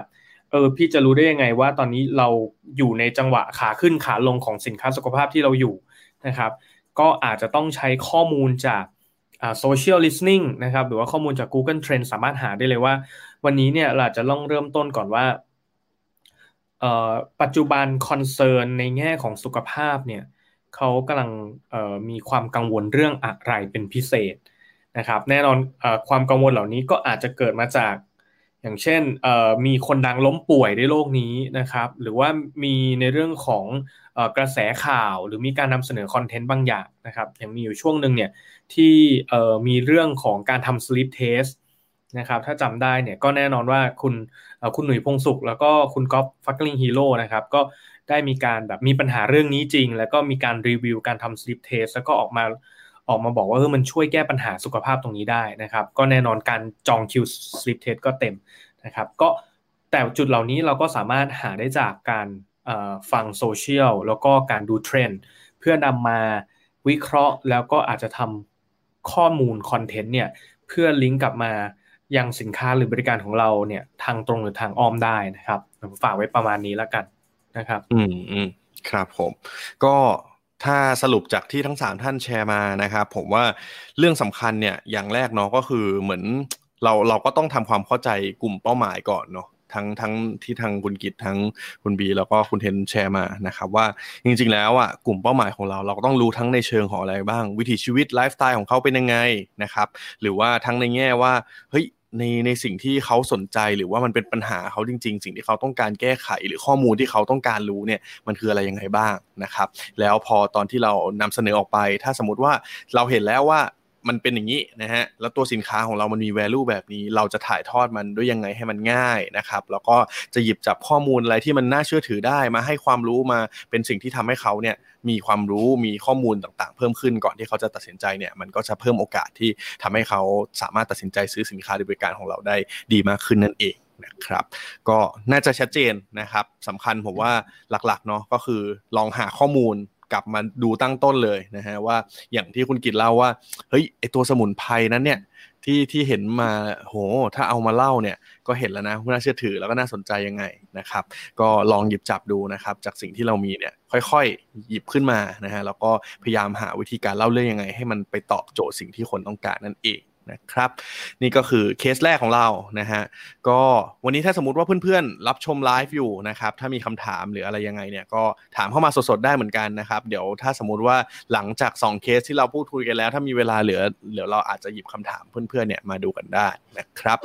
เออพี่จะรู้ได้ยังไงว่าตอนนี้เราอยู่ในจังหวะขาขึ้นขาลงของสินค้าสุขภาพที่เราอยู่นะครับก็อาจจะต้องใช้ข้อมูลจากอ่า social listening นะครับหรือว่าข้อมูลจาก Google Trends สามารถหาได้เลยว่าวันนี้เนี่ยเราจะต้องเริ่มต้นก่อนว่าเอ่อปัจจุบันคอนเซิร์นในแง่ของสุขภาพเนี่ยเขากำลังเอ่อมีความกังวลเรื่องอะไรเป็นพิเศษนะครับแน่นอนเอ่อความกังวลเหล่านี้ก็อาจจะเกิดมาจากอย่างเช่นเอ่อมีคนดังล้มป่วยในโลกนี้นะครับหรือว่ามีในเรื่องของเอ่อกระแสข่าวหรือมีการนำเสนอคอนเทนต์บางอย่างนะครับอย่างมีอยู่ช่วงหนึ่งเนี่ยที่เอ่อมีเรื่องของการทำ sleep test นะครับถ้าจำได้เนี่ยก็แน่นอนว่าคุณเอ่อคุณหนุ่ยพงษ์สุขแล้วก็คุณก๊อฟฟักกิ้งฮีโร่นะครับก็ได้มีการแบบมีปัญหาเรื่องนี้จริงแล้วก็มีการรีวิวการทำ sleep test แล้วก็ออกมาออกมาบอกว่าเออมันช่วยแก้ปัญหาสุขภาพตรงนี้ได้นะครับก็แน่นอนการจองคิว sleep test ก็เต็มนะครับก็แต่จุดเหล่านี้เราก็สามารถหาได้จากการเอ่อฟังโซเชียลแล้วก็การดูเทรนด์เพื่อนำมาวิเคราะห์แล้วก็อาจจะทำข้อมูลคอนเทนต์เนี่ยเพื่อลิงก์กลับมายังสินค้าหรือบริการของเราเนี่ยทางตรงหรือทางอ้อมได้นะครับผมฝากไว้ประมาณนี้แล้วกันนะครับอืมอืมครับผมก็ถ้าสรุปจากที่ทั้งสามท่านแชร์มานะครับผมว่าเรื่องสำคัญเนี่ยอย่างแรกเนาะก็คือเหมือนเราเราก็ต้องทำความเข้าใจกลุ่มเป้าหมายก่อนเนาะทั้งทั้งที่ทางคุณกิตทั้งคุณบีแล้วก็คุณเทนแชร์มานะครับว่าจริงๆแล้วอ่ะกลุ่มเป้าหมายของเราเราก็ต้องรู้ทั้งในเชิงของอะไรบ้างวิถีชีวิตไลฟ์สไตล์ของเขาเป็นยังไงนะครับหรือว่าทั้งในแง่ว่าเฮ้ยในในสิ่งที่เขาสนใจหรือว่ามันเป็นปัญหาเขาจริงๆสิ่งที่เขาต้องการแก้ไขหรือข้อมูลที่เขาต้องการรู้เนี่ยมันคืออะไรยังไงบ้างนะครับแล้วพอตอนที่เรานำเสนอออกไปถ้าสมมติว่าเราเห็นแล้วว่ามันเป็นอย่างนี้นะฮะแล้วตัวสินค้าของเรามันมี value แบบนี้เราจะถ่ายทอดมันด้วยยังไงให้มันง่ายนะครับแล้วก็จะหยิบจับข้อมูลอะไรที่มันน่าเชื่อถือได้มาให้ความรู้มาเป็นสิ่งที่ทำให้เขาเนี่ยมีความรู้มีข้อมูลต่างๆเพิ่มขึ้นก่อนที่เขาจะตัดสินใจเนี่ยมันก็จะเพิ่มโอกาสที่ทำให้เขาสามารถตัดสินใจซื้อสินค้าหรือบริการของเราได้ดีมากขึ้นนั่นเองนะครับก็น่าจะชัดเจนนะครับสำคัญผมว่าหลักๆเนาะก็คือลองหาข้อมูลกลับมาดูตั้งต้นเลยนะฮะว่าอย่างที่คุณกิตเล่าว่าเฮ้ยไอตัวสมุนไพรนั้นเนี่ยที่ที่เห็นมาโหถ้าเอามาเล่าเนี่ยก็เห็นแล้วนะน่าเชื่อถือแล้วก็น่าสนใจยังไงนะครับก็ลองหยิบจับดูนะครับจากสิ่งที่เรามีเนี่ยค่อยๆหยิบขึ้นมานะฮะแล้วก็พยายามหาวิธีการเล่าเรื่องยังไงให้มันไปตอบโจทย์สิ่งที่คนต้องการนั่นเองนะครับนี่ก็คือเคสแรกของเรานะฮะก็วันนี้ถ้าสมมุติว่าเพื่อนๆรับชมไลฟ์อยู่นะครับถ้ามีคำถามหรืออะไรยังไงเนี่ยก็ถามเข้ามาสดๆได้เหมือนกันนะครับเดี๋ยวถ้าสมมุติว่าหลังจากสองเคสที่เราพูดคุยกันแล้วถ้ามีเวลาเหลือเดี๋ยวเราอาจจะหยิบคำถามเพื่อนๆเนี่ยมาดูกันได้นะครับ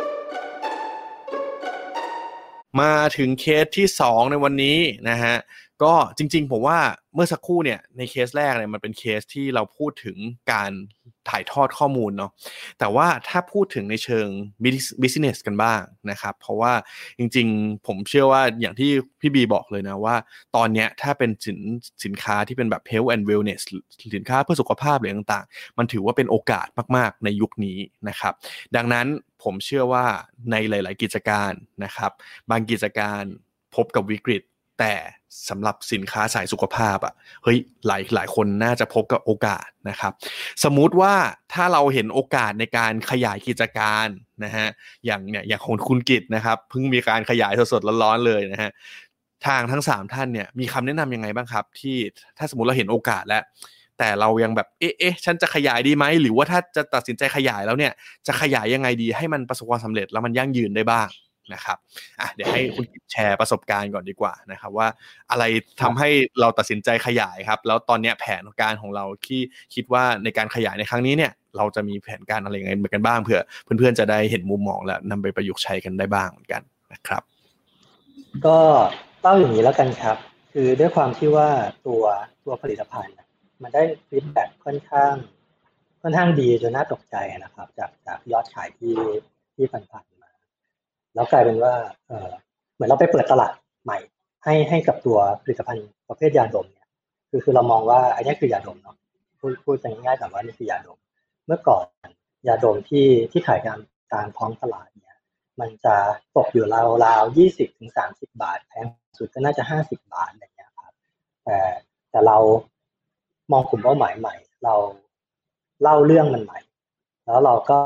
มาถึงเคสที่สองในวันนี้นะฮะก็จริงๆผมว่าเมื่อสักครู่เนี่ยในเคสแรกเนี่ยมันเป็นเคสที่เราพูดถึงการถ่ายทอดข้อมูลเนาะแต่ว่าถ้าพูดถึงในเชิง business กันบ้างนะครับเพราะว่าจริงๆผมเชื่อว่าอย่างที่พี่บีบอกเลยนะว่าตอนเนี้ยถ้าเป็นสินสินค้าที่เป็นแบบ health and wellness สินค้าเพื่อสุขภาพหรือต่างๆมันถือว่าเป็นโอกาสมากๆในยุคนี้นะครับดังนั้นผมเชื่อว่าในหลายๆกิจการนะครับบางกิจการพบกับวิกฤตแต่สำหรับสินค้าสายสุขภาพอ่ะเฮ้ยหลายหลายคนน่าจะพบกับโอกาสนะครับสมมุติว่าถ้าเราเห็นโอกาสในการขยายกิจการนะฮะอย่างเนี่ยอย่างของคุณกิตนะครับเพิ่งมีการขยายสดๆร้อนๆเลยนะฮะทางทั้งสามท่านเนี่ยมีคำแนะนำยังไงบ้างครับที่ถ้าสมมุติเราเห็นโอกาสแล้วแต่เรายังแบบเอ๊ะเอ๊ะฉันจะขยายดีไหมหรือว่าถ้าจะตัดสินใจขยายแล้วเนี่ยจะขยายยังไงดีให้มันประสบความสำเร็จแล้วมันยั่งยืนได้บ้างนะครับอ่ะเดี๋ยวให้คุณแชร์ประสบการณ์ก่อนดีกว่านะครับว่าอะไรทำให้เราตัดสินใจขยายครับแล้วตอนนี้แผนการของเราที่คิดว่าในการขยายในครั้งนี้เนี่ยเราจะมีแผนการอะไรยังไงกันบ้างเผื่อเพื่อนๆจะได้เห็นมุมมองและนำไปประยุกต์ใช้กันได้บ้างเหมือนกันนะครับก็เล่าอย่างนี้แล้วกันครับคือด้วยความที่ว่าตัวตัวผลิตภัณฑ์มันได้ฟีดแบ็กค่อนข้างค่อนข้างดีจนน่าตกใจนะครับจากจากยอดขายที่ที่ผ่านแล้วกลายเป็นว่าเออเหมือนเราไปเปิดตลาดใหม่ให้ให้กับตัวผลิตภัณฑ์ประเภทยาดมเนี่ยคือคือเรามองว่าอันนี้คือยาดมเนาะพูดพูดง่ายๆแต่ว่านี่คือยาดมเมื่อก่อนยาดมที่ที่ขายตามตามท้องตลาดเนี่ยมันจะตกอยู่ราวๆยี่สิบถึงสามสิบบาทแพงสุดก็น่าจะห้าสิบบาทอะไรเงี้ยครับแต่แต่เรามองกลุ่มเป้าหมายใหม่เราเล่าเรื่องมันใหม่แล้วเราก็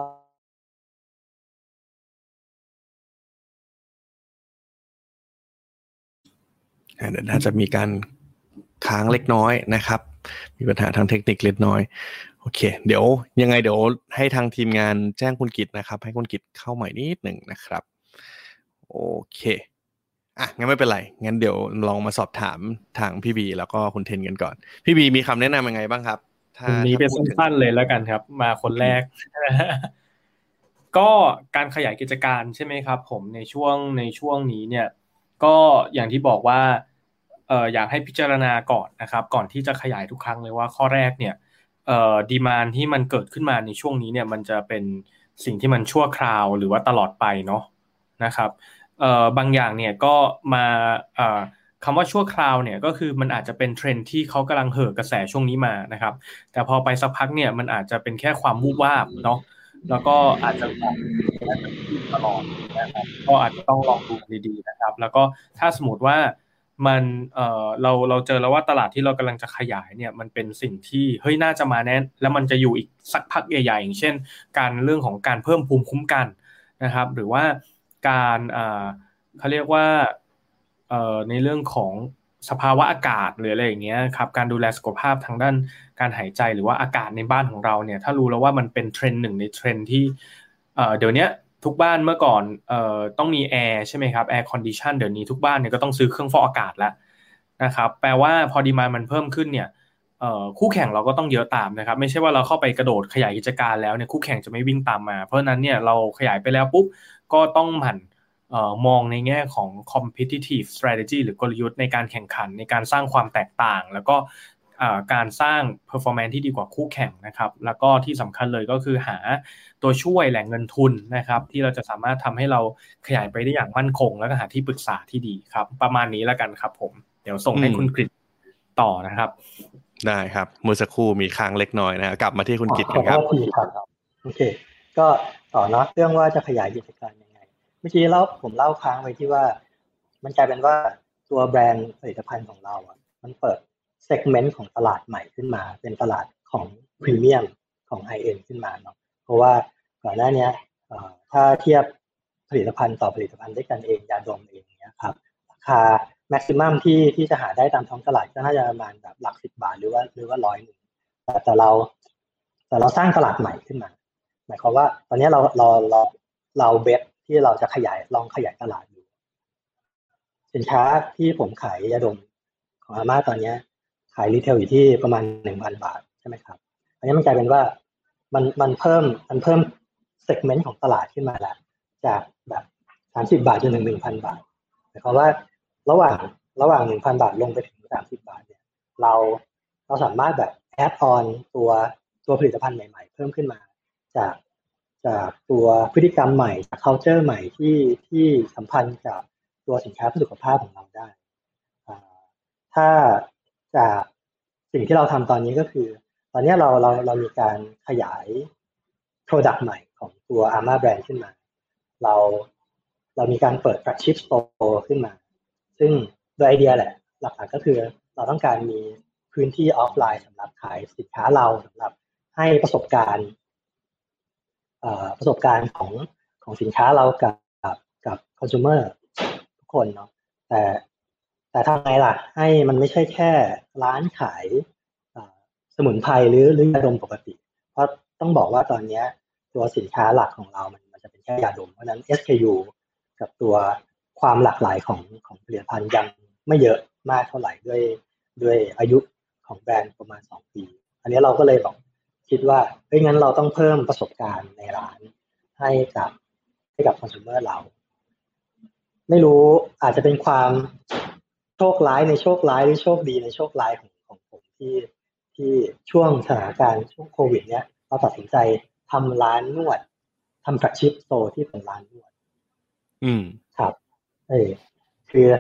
น่าจะมีการค้างเล็กน้อยนะครับมีปัญหาทางเทคนิคเล็กน้อยโอเคเดี๋ยวยังไงเดี๋ยวให้ทางทีมงานแจ้งคุณกิตนะครับให้คุณกิตเข้าใหม่นิดหนึ่งนะครับโอเคอ่ะงั้นไม่เป็นไรงั้นเดี๋ยวลองมาสอบถามทางพี่บีแล้วก็คุณเทนกันก่อนพี่บีมีคำแนะนำยังไงบ้างครับวันนี้เป็นสั้นๆเลยแล้วกันครับมาคนแรก ก็การขยายกิจการใช่ไหมครับผมในช่วงในช่วงนี้เนี่ยก็อย่างที่บอกว่าเอ่ออยากให้พิจารณาก่อนนะครับก่อนที่จะขยายทุกครั้งเลยว่าข้อแรกเนี่ยเอ่อดีมานด์ที่มันเกิดขึ้นมาในช่วงนี้เนี่ยมันจะเป็นสิ่งที่มันชั่วคราวหรือว่าตลอดไปเนาะนะครับเอ่อบางอย่างเนี่ยก็มาเอ่อคำว่าชั่วคราวเนี่ยก็คือมันอาจจะเป็นเทรนด์ที่เขากำลังเห่อกระแสช่วงนี้มานะครับแต่พอไปสักพักเนี่ยมันอาจจะเป็นแค่ความวูบวาบเนาะแล้วก็อาจจะมองตลอดนะครับก็อาจจะต้องลองดูดีๆนะครับแล้วก็ถ้าสมมติว่ามันเอ่อเราเราเจอแล้วว่าตลาดที่เรากำลังจะขยายเนี่ยมันเป็นสิ่งที่เฮ้ยน่าจะมาแน่แล้วมันจะอยู่อีกสักพักใหญ่ๆอย่างเช่นการเรื่องของการเพิ่มภูมิคุ้มกันนะครับหรือว่าการเอ่อเขาเรียกว่าเอ่อในเรื่องของสภาวะอากาศหรืออะไรอย่างเงี้ยครับการดูแลสุขภาพทางด้านการหายใจหรือว่าอากาศในบ้านของเราเนี่ยถ้ารู้แล้วว่ามันเป็นเทรนด์หนึ่งในเทรนด์ที่เอ่อเดี๋ยวนี้ทุกบ้านเมื่อก่อนเอ่อต้องมีแอร์ใช่ไหมครับแอร์คอนดิชันเดี๋ยวนี้ทุกบ้านเนี่ยก็ต้องซื้อเครื่องฟอกอากาศแล้วนะครับแปลว่าพอดีมานด์มันเพิ่มขึ้นเนี่ยเอ่อคู่แข่งเราก็ต้องเยอะตามนะครับไม่ใช่ว่าเราเข้าไปกระโดดขยายกิจการแล้วเนี่ยคู่แข่งจะไม่วิ่งตามมาเพราะฉะนั้นเนี่ยเราขยายไปแล้วปุ๊บก็ต้องหมั่นเอ่อมองในแง่ของ competitive strategy หรือกลยุทธ์ในการแข่งขันในการสร้างความแตกต่างแล้วก็การสร้าง performance ที่ดีกว่าคู่แข่งนะครับแล้วก็ที่สำคัญเลยก็คือหาตัวช่วยแหล่งเงินทุนนะครับที่เราจะสามารถทำให้เราขยายไปได้อย่างมั่นคงแล้วก็หาที่ปรึกษาที่ดีครับประมาณนี้แล้วกันครับผมเดี๋ยวส่งให้คุณกฤษต่อนะครับได้ครับเมื่อสักครู่มีค้างเล็กน้อยนะกลับมาที่คุณกฤษกันครับโอเคก็ต่อเนาะเรื่องว่าจะขยายกิจการยังไงเมื่อกี้เล่าผมเล่าค้างไว้ที่ว่ามันกลายเป็นว่าตัวแบรนด์ผลิตภัณฑ์ของเราอ่ะมันเปิดเซกเมนต์ของตลาดใหม่ขึ้นมาเป็นตลาดของพรีเมียมของไฮเอ็นด์ขึ้นมาเนาะเพราะว่าก่อนหน้านี้ถ้าเทียบผลิตภัณฑ์ต่อผลิตภัณฑ์ด้วยกันเองยาดมเองเนี้ยครับราคาแม็กซิมัมที่ที่จะหาได้ตามท้องตลาดก็น่าจะประมาณแบบหลักสิบบาทหรือว่าหรือว่าร้อยนึงแต่แต่เราแต่เราสร้างตลาดใหม่ขึ้นมาหมายความว่าตอนนี้เราเราเราเราเบสที่เราจะขยายลองขยายตลาดดูสินค้าที่ผมขายยาดมของอาม่าตอนนี้ขายรีเทลอยู่ที่ประมาณ หนึ่งพัน บาทใช่ไหมครับอันนี้มันกลายเป็นว่ามันมันเพิ่มมันเพิ่มเซกเมนต์ของตลาดขึ้นมาแล้วจากแบบสามสิบบาทจนถึง หนึ่งพัน บาทหมายความว่าระหว่างระหว่าง หนึ่งพัน บาทลงไปถึงสามสิบบาทเนี่ยเราเราสามารถแบบแอดออนตัวตัวผลิตภัณฑ์ใหม่ๆเพิ่มขึ้นมาจากจากตัวพฤติกรรมใหม่จาก culture ใหม่ที่ที่สัมพันธ์กับตัวสินค้าเพื่อสุขภาพของเราได้ถ้าจากสิ่งที่เราทำตอนนี้ก็คือตอนนี้เราเราเรามีการขยาย product ใหม่ของตัว Ama Brand ขึ้นมาเราเรามีการเปิด flagship store ขึ้นมาซึ่งโดยไอเดียแหละหลักๆก็คือเราต้องการมีพื้นที่ออฟไลน์สำหรับขายสินค้าเราสำหรับให้ประสบการณ์ประสบการณ์ของของสินค้าเรากับกับ consumer ทุกคนเนาะแต่แต่ทำไงล่ะให้มันไม่ใช่แค่ร้านขายสมุนไพรหรือหรือยาดมปกติเพราะต้องบอกว่าตอนนี้ตัวสินค้าหลักของเรามันมันจะเป็นแค่ยาดมเพราะฉะนั้น เอส เค ยู กับตัวความหลากหลายของของผลิตภัณฑ์ยังไม่เยอะมากเท่าไหร่ด้วยด้วยอายุของแบรนด์ประมาณสองปีอันนี้เราก็เลยบอกคิดว่าเฮ้ยงั้นเราต้องเพิ่มประสบการณ์ในร้านให้กับให้กับคอน sumer เราไม่รู้อาจจะเป็นความโชคร้ายในโชคร้ายหรือโชคดีในโชคร้ายของของผมที่ที่ช่วงสถานการณ์ช่วงโควิดเนี้ยเราตัดสินใจทำร้านนวดทำแฟลกชิพโตที่เป็นร้านนวดอืมครับเออคือ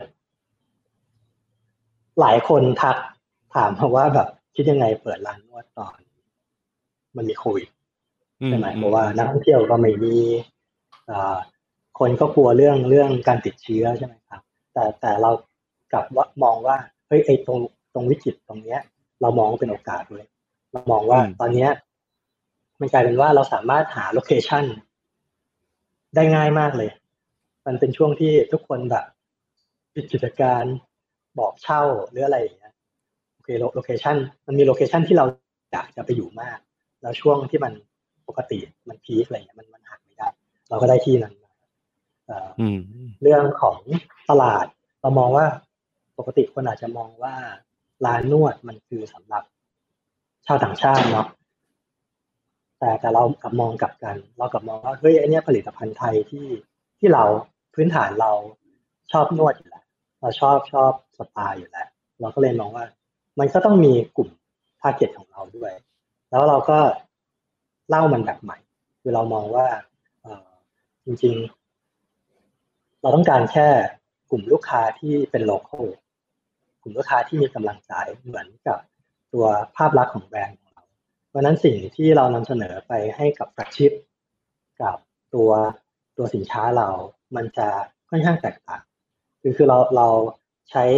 หลายคนทักถามมาว่าแบบคิดยังไงเปิดร้านนวดตอนมันมีโควิดใช่ไหมเพราะว่านักท่องเที่ยวก็ไม่มีอ่าคนก็กลัวเรื่องเรื่องการติดเชื้อใช่ไหมครับแต่แต่เรากลับว่ามองว่าเฮ้ยไอ้ตรงตรงวิกฤตตรงเนี้ยเรามองเป็นโอกาสเลยเรามองว่าตอนเนี้ยมันกลายเป็นว่าเราสามารถหาโลเคชั่นได้ง่ายมากเลยมันเป็นช่วงที่ทุกคนแบบปิดกิจการบอกเช่าหรืออะไรอย่างเงี้ยโอเคโลเคชั่นมันมีโลเคชั่นที่เราอยากจะไปอยู่มากแล้วช่วงที่มันปกติมันพีคอะไรเงี้ยมันมันหักไม่ได้เราก็ได้ที่นั้นเอ่อเรื่องของตลาดเรามองว่าปกติคนอาจจะมองว่าร้านนวดมันคือสำหรับชาวต่างชาติเนาะแต่แต่เรากลับมองกลับกันเรากลับมองว่าเฮ้ยไอเนี้ยผลิตภัณฑ์ไทยที่ที่เราพื้นฐานเราชอบนวดอยู่แล้วเราชอบชอบสปาอยู่แล้วเราก็เลยมองว่ามันก็ต้องมีกลุ่มทาร์เก็ตของเราด้วยแล้วเราก็เล่ามันแบบใหม่คือเรามองว่าเอ่อจริงๆเราต้องการแค่กลุ่มลูกค้าที่เป็นโลคอลกลุ่มลูกค้าที่มีกำลังจ่ายเหมือนกับตัวภาพลักษณ์ของแบรนด์ของเราเพราะนั้นสิ่งที่เรานำเสนอไปให้กับแฟลกชิพกับตัวตัวสินค้าเรามันจะค่อนข้างแตกต่างคือคือเราเราใช้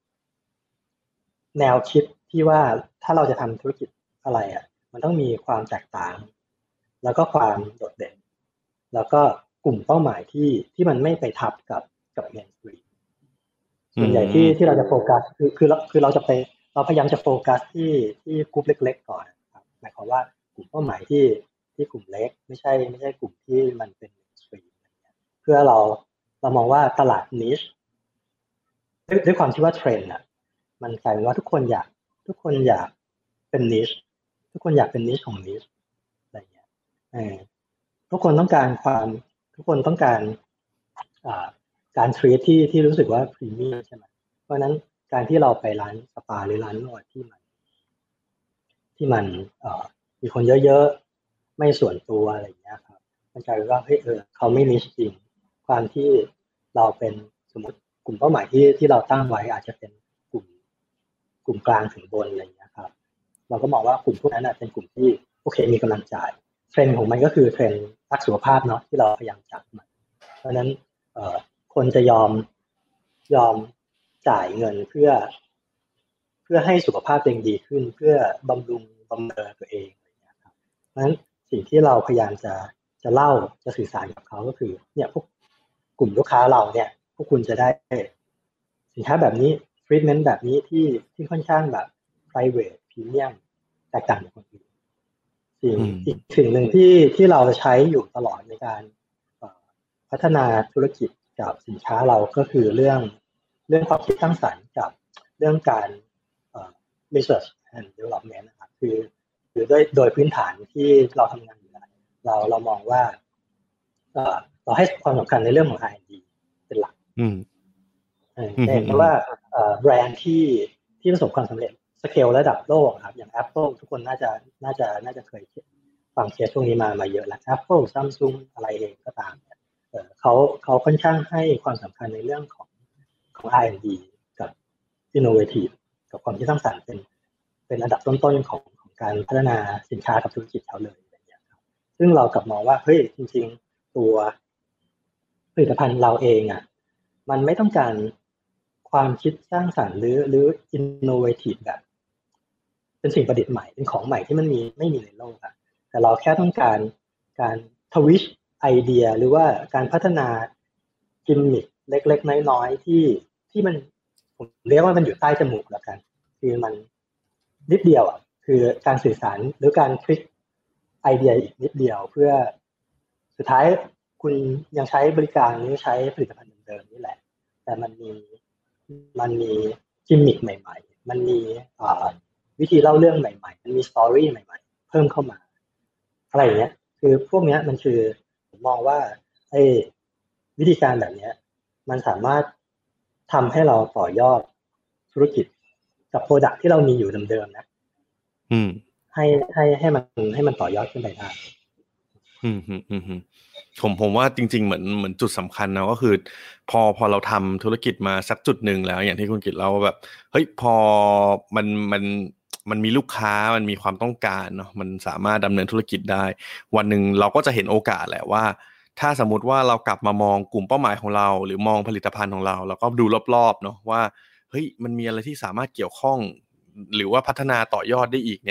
แนวคิดที่ว่าถ้าเราจะทำธุรกิจอะไรอ่ะมันต้องมีความแตกต่างแล้วก็ความโดดเด่นแล้วก็กลุ่มเป้าหมายที่ที่มันไม่ไปทับกับกับเมนสตรีมส่วนใหญ่ที่ที่เราจะโฟกัสคือคือคือเราจะไปเราพยายามจะโฟกัสที่ที่กลุ่มเล็กๆก่อนครับหมายความว่ากลุ่มเป้าหมายที่ที่กลุ่มเล็กไม่ใช่ไม่ใช่กลุ่มที่มันเป็นเมนสตรีมเพื่อเราเรามองว่าตลาดนิชด้วยด้วยความที่ว่าเทรนด์อ่ะมันกลายเป็นว่าทุกคนอยากทุกคนอยากเป็นนิชทุกคนอยากเป็นนิชของนิชอะไรเงี้ยเออทุกคนต้องการความทุกคนต้องการอ่าการทรีตที่ที่รู้สึกว่าพรีเมียมใช่ไหมเพราะฉะนั้นการที่เราไปร้านสปาหรือร้านนวดที่มันที่มันเอ่อมีคนเยอะๆไม่ส่วนตัวอะไรอย่างเงี้ยครับมันกลายเป็นว่าเฮ้ยเออเขาไม่นิชจริงความที่เราเป็นสมมติกลุ่มเป้าหมายที่ที่เราตั้งไว้อาจจะเป็นกลุ่มกลุ่มกลางถึงบนอะไรอย่างเงี้ยครับเราก็มองว่ากลุ่มพวกนั้นเป็นกลุ่มที่โอเคมีกำลังจ่ายเทรนด์ของมันก็คือเทรนด์รักสุขภาพเนาะที่เราพยายามจับมันเพราะฉะนั้นเอ่อคนจะยอมยอมจ่ายเงินเพื่อเพื่อให้สุขภาพตัวเองดีขึ้นเพื่อบำรุงบำเรอตัวเองอะไรอย่างเงี้ยครับเพราะฉะนั้นสิ่งที่เราพยายามจะจะเล่าจะสื่อสารกับเขาก็คือเนี่ยพวกกลุ่มลูกค้าเราเนี่ยพวกคุณจะได้สินค้าแบบนี้ทรีทเมนต์แบบนี้ที่ที่ค่อนข้างแบบ private premium แตกต่างจากคนอื่นสิ่งอีกสิ่งหนึ่งที่ที่เราใช้อยู่ตลอดในการพัฒนาธุรกิจกับสินค้าเราก็คือเรื่องเรื่องความคิดสร้างสรรค์กับเรื่องการ research and development นะครับคือคือด้วยโดยพื้นฐานที่เราทำงานอยู่แล้วเราเรามองว่าเราให้ความสำคัญในเรื่องของ อาร์ แอนด์ ดี เป็นหลักเพราะว่าแบรนด์ที่ที่ประสบความสำเร็จสเกลระดับโลกครับอย่าง Apple ทุกคนน่าจะน่าจะน่าจะเคยฟังเคสพวกนี้มามาเยอะแล้ว Apple Samsung อะไรเองก็ตามเนี่ยเอ่อเขาเขาค่อนข้างให้ความสำคัญในเรื่องของของ อาร์ แอนด์ ดี กับ innovative กับความคิดสร้างสรรค์เป็นเป็นอันดับต้นๆของของการพัฒนาสินค้ากับธุรกิจเขาเลยอะไรอย่างเงี้ยครับซึ่งเรากลับมองว่าเฮ้ยจริงๆตัวผลิตภัณฑ์เราเองอ่ะมันไม่ต้องการความคิดสร้างสรรค์หรือหรือ innovative แบบเป็นสิ่งประดิษฐ์ใหม่เป็นของใหม่ที่มันมีไม่มีในโลกอ่ะแต่เราแค่ต้องการการทวิสต์ไอเดียหรือว่าการพัฒนากิมมิคเล็กๆน้อยๆที่ที่มันผมเรียกว่ามันอยู่ใต้จมูกแล้วกันคือมันนิดเดียวอ่ะคือการสื่อสารหรือการพลิกไอเดียอีกนิดเดียวเพื่อสุดท้ายคุณยังใช้บริการหรือใช้ผลิตภัณฑ์เดิมๆนี่แหละแต่มันมีมันมีกิมมิคใหม่ๆมันมีวิธีเล่าเรื่องใหม่ๆมันมีสตอรี่ใหม่ๆเพิ่มเข้ามาอะไรอย่างเงี้ยคือพวกเนี้ยมันคือผมมองว่าไอ้วิธีการแบบเนี้ยมันสามารถทำให้เราต่อยอดธุรกิจกับโปรดักต์ที่เรามีอยู่เดิมๆนะอืมให้ให้ให้มันให้มันต่อยอดขึ้นไปได้อืมอืมอืมผมผมว่าจริงๆเหมือนเหมือนจุดสำคัญนะก็คือพอพอเราทำธุรกิจมาสักจุดหนึ่งแล้วอย่างที่คุณกิตเล่าแบบเฮ้ยพอมันมันมันมีลูกค้ามันมีความต้องการเนาะมันสามารถดำเนินธุรกิจได้วันหนึ่งเราก็จะเห็นโอกาสแหละว่าถ้าสมมุติว่าเรากลับมามองกลุ่มเป้าหมายของเราหรือมองผลิตภัณฑ์ของเราแล้วก็ดูรอบๆเนาะว่าเฮ้ยมันมีอะไรที่สามารถเกี่ยวข้องหรือว่าพัฒนาต่อยอดได้อีกเนี่ย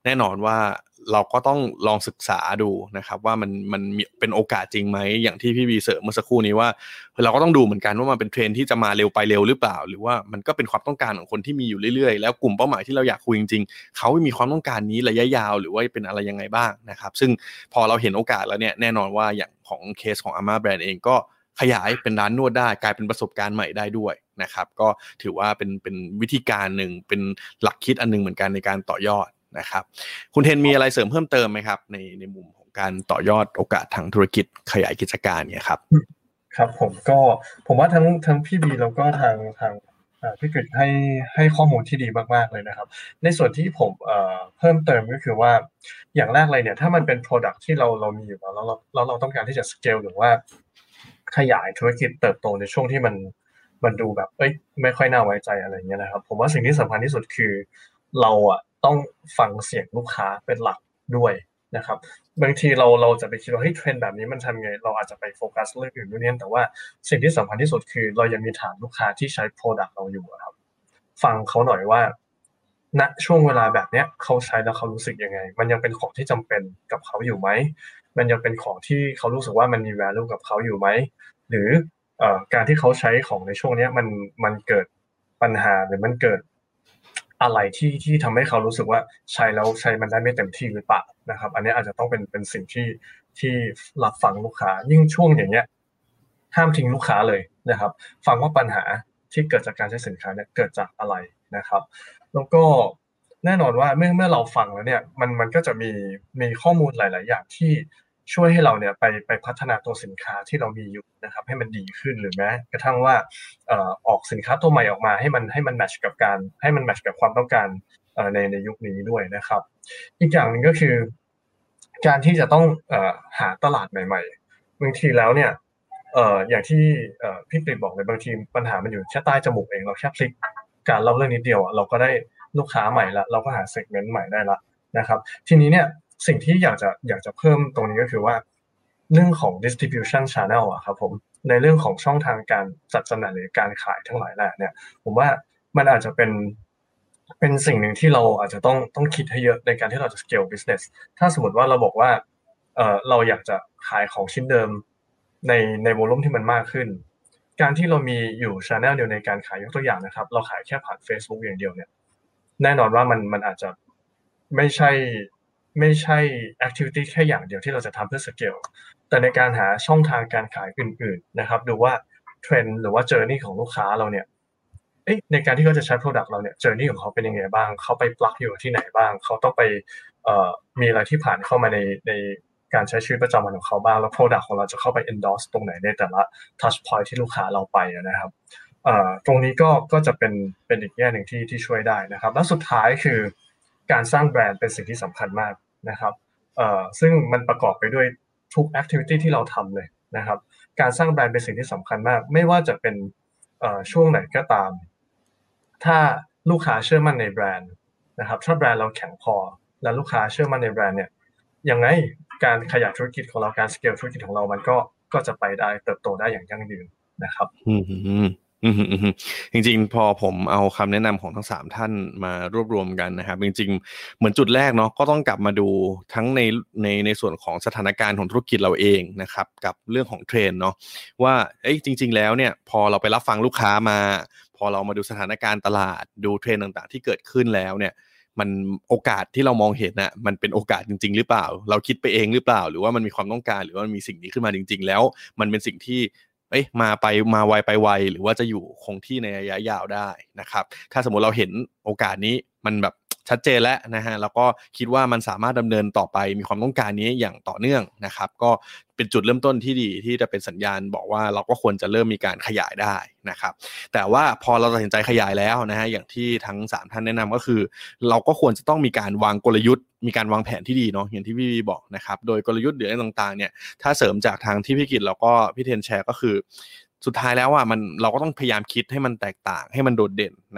แน่นอนว่าเราก็ต้องลองศึกษาดูนะครับว่ามันมันมีเป็นโอกาสจริงไหมอย่างที่พี่บีเสริมเมื่อสักครู่นี้ว่าเราก็ต้องดูเหมือนกันว่ามันเป็นเทรนด์ที่จะมาเร็วไปเร็วหรือเปล่าหรือว่ามันก็เป็นความต้องการของคนที่มีอยู่เรื่อยๆแล้วกลุ่มเป้าหมายที่เราอยากคุยจริงๆเขามีความต้องการนี้ระยะยาวหรือว่าเป็นอะไรยังไงบ้างนะครับซึ่งพอเราเห็นโอกาสแล้วเนี่ยแน่นอนว่าอย่างของเคสของ Ama Brand เองก็ขยายเป็นร้านนวดได้กลายเป็นประสบการณ์ใหม่ได้ด้วยนะครับก็ถือว่าเป็นเป็นวิธีการหนึ่งเป็นหลักคิดอันนึงเหมือนกันในการต่อยอดนะครับคุณเทนมีอะไรเสริมเพิ่มเติมไหมครับในในมุมของการต่อยอดโอกาสทางธุรกิจขยายกิจการเนี่ยครับครับผมก็ผมว่าทั้งทั้งพี่บีแล้วก็ทางทางพี่กฤษให้ให้ข้อมูลที่ดีมากๆเลยนะครับในส่วนที่ผมเอ่อเพิ่มเติมก็คือว่าอย่างแรกเลยเนี่ยถ้ามันเป็น product ที่เราเรามีอยู่แล้วเราเราเราต้องการที่จะ scale หรือว่าขยายธุรกิจเติบโตในช่วงที่มันมันดูแบบเอ้ยไม่ค่อยน่าไว้ใจอะไรเงี้ยนะครับผมว่าสิ่งที่สำคัญที่สุดคือเราอ่ะต้องฟังเสียงลูกค้าเป็นหลักด้วยนะครับบางทีเราเราจะไปคิดว่าเฮ้ยเทรนด์แบบนี้มันทำไงเราอาจจะไปโฟกัสเรื่องอื่นด้วยเนี่ยแต่ว่าสิ่งที่สำคัญที่สุดคือเรายังมีฐานลูกค้าที่ใช้ product เราอยู่ครับฟังเขาหน่อยว่าณช่วงเวลาแบบเนี้ยเขาใช้แล้วเขารู้สึกยังไงมันยังเป็นของที่จำเป็นกับเขาอยู่ไหมมันยังเป็นของที่เขารู้สึกว่ามันมี value กับเขาอยู่ไหมหรือเอ่อการที่เขาใช้ของในช่วงนี้มันมันเกิดปัญหาหรือมันเกิดอะไรที่ที่ทำให้เขารู้สึกว่าใช้แล้วใช้มันได้ไม่เต็มที่หรือเปล่านะครับอันนี้อาจจะต้องเป็นเป็นสิ่งที่ที่รับฟังลูกค้ายิ่งช่วงอย่างเงี้ยห้ามทิ้งลูกค้าเลยนะครับฟังว่าปัญหาที่เกิดจากการใช้สินค้าเนี่ยเกิดจากอะไรนะครับแล้วก็แน่นอนว่าเมื่อเมื่อเราฟังแล้วเนี่ยมันมันก็จะมีมีข้อมูลหลายๆอย่างที่ช่วยให้เราเนี่ยไปไปพัฒนาตัวสินค้าที่เรามีอยู่นะครับให้มันดีขึ้นหรือแม้กระทั่งว่าเอ่อออกสินค้าตัวใหม่ออกมาให้มันให้มันแมทช์กับการให้มันแมทช์กับความต้องการเอ่อในในยุคนี้ด้วยนะครับอีกอย่างหนึ่งก็คือการที่จะต้องเอ่อหาตลาดใหม่ๆบางทีแล้วเนี่ยเอ่ออย่างที่เอ่อพี่กฤษบอกเลยบางทีปัญหามันอยู่แค่ใต้จมูกเองเราแค่พลิกการเล่าเรื่องนิดเดียวเราก็ได้ลูกค้าใหม่ละเราก็หาเซกเมนต์ใหม่ได้ละนะครับทีนี้เนี่ยสิ่งที่อยากจะอยากจะเพิ่มตรงนี้ก็คือว่าเรื่องของ distribution channel อะครับผมในเรื่องของช่องทางการจัดจำหน่ายหรือการขายทั้งหลายแหละเนี่ยผมว่ามันอาจจะเป็นเป็นสิ่งหนึ่งที่เราอาจจะต้องต้องคิดให้เยอะในการที่เราจะ scale business ถ้าสมมติว่าเราบอกว่าเอ่อเราอยากจะขายของชิ้นเดิมในในโวลุ่มที่มันมากขึ้นการที่เรามีอยู่ channel เดียวในการขายยกตัวอย่างนะครับเราขายแค่ผ่าน Facebook อย่างเดียวเนี่ยแน่นอนว่ามันมันอาจจะไม่ใช่ไม่ใช่ activity แค่อย่างเดียวที่เราจะทำเพื่อ scale แต่ในการหาช่องทางการขายอื่นๆนะครับดูว่าเทรนด์หรือว่า journey ของลูกค้าเราเนี่ยเอ๊ะในการที่เขาจะใช้ product เราเนี่ย journey ของเขาเป็นยังไงบ้างเขาไป plug อยู่ที่ไหนบ้างเขาต้องไปเอ่อมีอะไรที่ผ่านเข้ามาในในการใช้ชีวิตประจำวันของเขาบ้างแล้ว product ของเราจะเข้าไป endorse ตรงไหนในแต่ละ touch point ที่ลูกค้าเราไปนะครับเอ่อตรงนี้ก็ก็จะเป็นเป็นอีกแง่หนึ่งที่ที่ช่วยได้นะครับและสุดท้ายคือการสร้างแบรนด์เป็นสิ่งที่สำคัญมากนะครับเอ่อซึ่งมันประกอบไปด้วยทุก activity ที่เราทำเลยนะครับการสร้างแบรนด์เป็นสิ่งที่สำคัญมากไม่ว่าจะเป็นเอ่อช่วงไหนก็ตามถ้าลูกค้าเชื่อมั่นในแบรนด์นะครับถ้าแบรนด์เราแข็งพอและลูกค้าเชื่อมั่นในแบรนด์เนี่ยยังไงการขยายธุรกิจของเราการสเกลธุรกิจของเรามันก็ก็จะไปได้เติบโตได้อย่างยั่งยืนนะครับอืมอืมอืมจริงๆพอผมเอาคำแนะนำของทั้งสามท่านมารวบรวมกันนะครับจริงๆเหมือนจุดแรกเนาะก็ต้องกลับมาดูทั้งในในในส่วนของสถานการณ์ของธุรกิจเราเองนะครับกับเรื่องของเทรนด์เนาะว่าเอ้ยจริงๆแล้วเนี่ยพอเราไปรับฟังลูกค้ามาพอเรามาดูสถานการณ์ตลาดดูเทรนด์ต่างๆที่เกิดขึ้นแล้วเนี่ยมันโอกาสที่เรามองเห็นน่ะมันเป็นโอกาสจริงๆหรือเปล่าเราคิดไปเองหรือเปล่าหรือว่ามันมีความต้องการหรือว่ามันมีสิ่งนี้ขึ้นมาจริงๆแล้วมันเป็นสิ่งที่เอ้ยมาไปมาไวไปไวหรือว่าจะอยู่คงที่ในระยะยาวได้นะครับถ้าสมมุติเราเห็นโอกาสนี้มันแบบชัดเจนแล้วนะฮะแล้วก็คิดว่ามันสามารถดำเนินต่อไปมีความต้องการนี้อย่างต่อเนื่องนะครับก็เป็นจุดเริ่มต้นที่ดีที่จะเป็นสัญญาณบอกว่าเราก็ควรจะเริ่มมีการขยายได้นะครับแต่ว่าพอเราตัดสินใจขยายแล้วนะฮะอย่างที่ทั้งสามท่านแนะนำก็คือเราก็ควรจะต้องมีการวางกลยุทธ์มีการวางแผนที่ดีเนาะอย่างที่พี่วีบอกนะครับโดยกลยุทธ์หรืออะไรต่างๆเนี่ยถ้าเสริมจากทางที่พี่กิตแล้วก็พี่เทนแชร์ก็คือสุดท้ายแล้วอ่ะมันเราก็ต้องพยายามคิดให้มันแตกต่างให้มันโดดเด่นนะครับ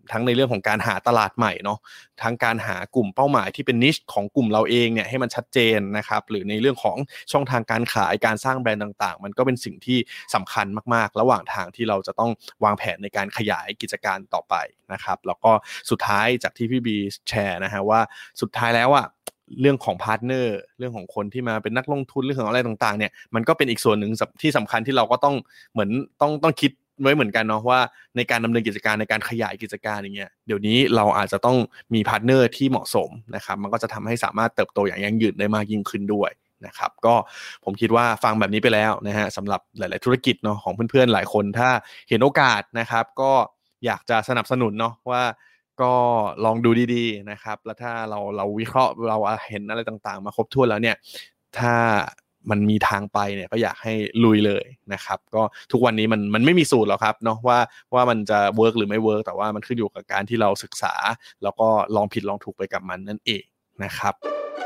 ทั้งในเรื่องของการหาตลาดใหม่เนาะทั้งการหากลุ่มเป้าหมายที่เป็นนิชของกลุ่มเราเองเนี่ยให้มันชัดเจนนะครับหรือในเรื่องของช่องทางการขายการสร้างแบรนด์ต่างๆมันก็เป็นสิ่งที่สำคัญมากๆระหว่างทางที่เราจะต้องวางแผนในการขยายกิจการต่อไปนะครับแล้วก็สุดท้ายจากที่พี่บีแชร์นะฮะว่าสุดท้ายแล้วอ่ะเรื่องของพาร์ทเนอร์เรื่องของคนที่มาเป็นนักลงทุนเรื่องของอะไรต่างๆเนี่ยมันก็เป็นอีกส่วนหนึ่งที่สำคัญที่เราก็ต้องเหมือนต้องต้องคิดไว้เหมือนกันเนาะว่าในการดำเนินกิจการในการขยายกิจการอย่างเงี้ยเดี๋ยวนี้เราอาจจะต้องมีพาร์ทเนอร์ที่เหมาะสมนะครับมันก็จะทำให้สามารถเติบโตอย่างยั่งยืนได้มากยิ่งขึ้นด้วยนะครับก็ผมคิดว่าฟังแบบนี้ไปแล้วนะฮะสำหรับหลายๆธุรกิจเนาะของเพื่อนๆหลายคนถ้าเห็นโอกาสนะครับก็อยากจะสนับสนุนเนาะว่าก็ลองดูดีๆนะครับแล้วถ้าเราเราวิเคราะห์เราเห็นอะไรต่างๆมาครบถ้วนแล้วเนี่ยถ้ามันมีทางไปเนี่ยก็อยากให้ลุยเลยนะครับก็ทุกวันนี้มันมันไม่มีสูตรหรอกครับเนาะว่าว่ามันจะเวิร์กหรือไม่เวิร์กแต่ว่ามันขึ้นอยู่กับการที่เราศึกษาแล้วก็ลองผิดลองถูกไปกับมันนั่นเองนะครับ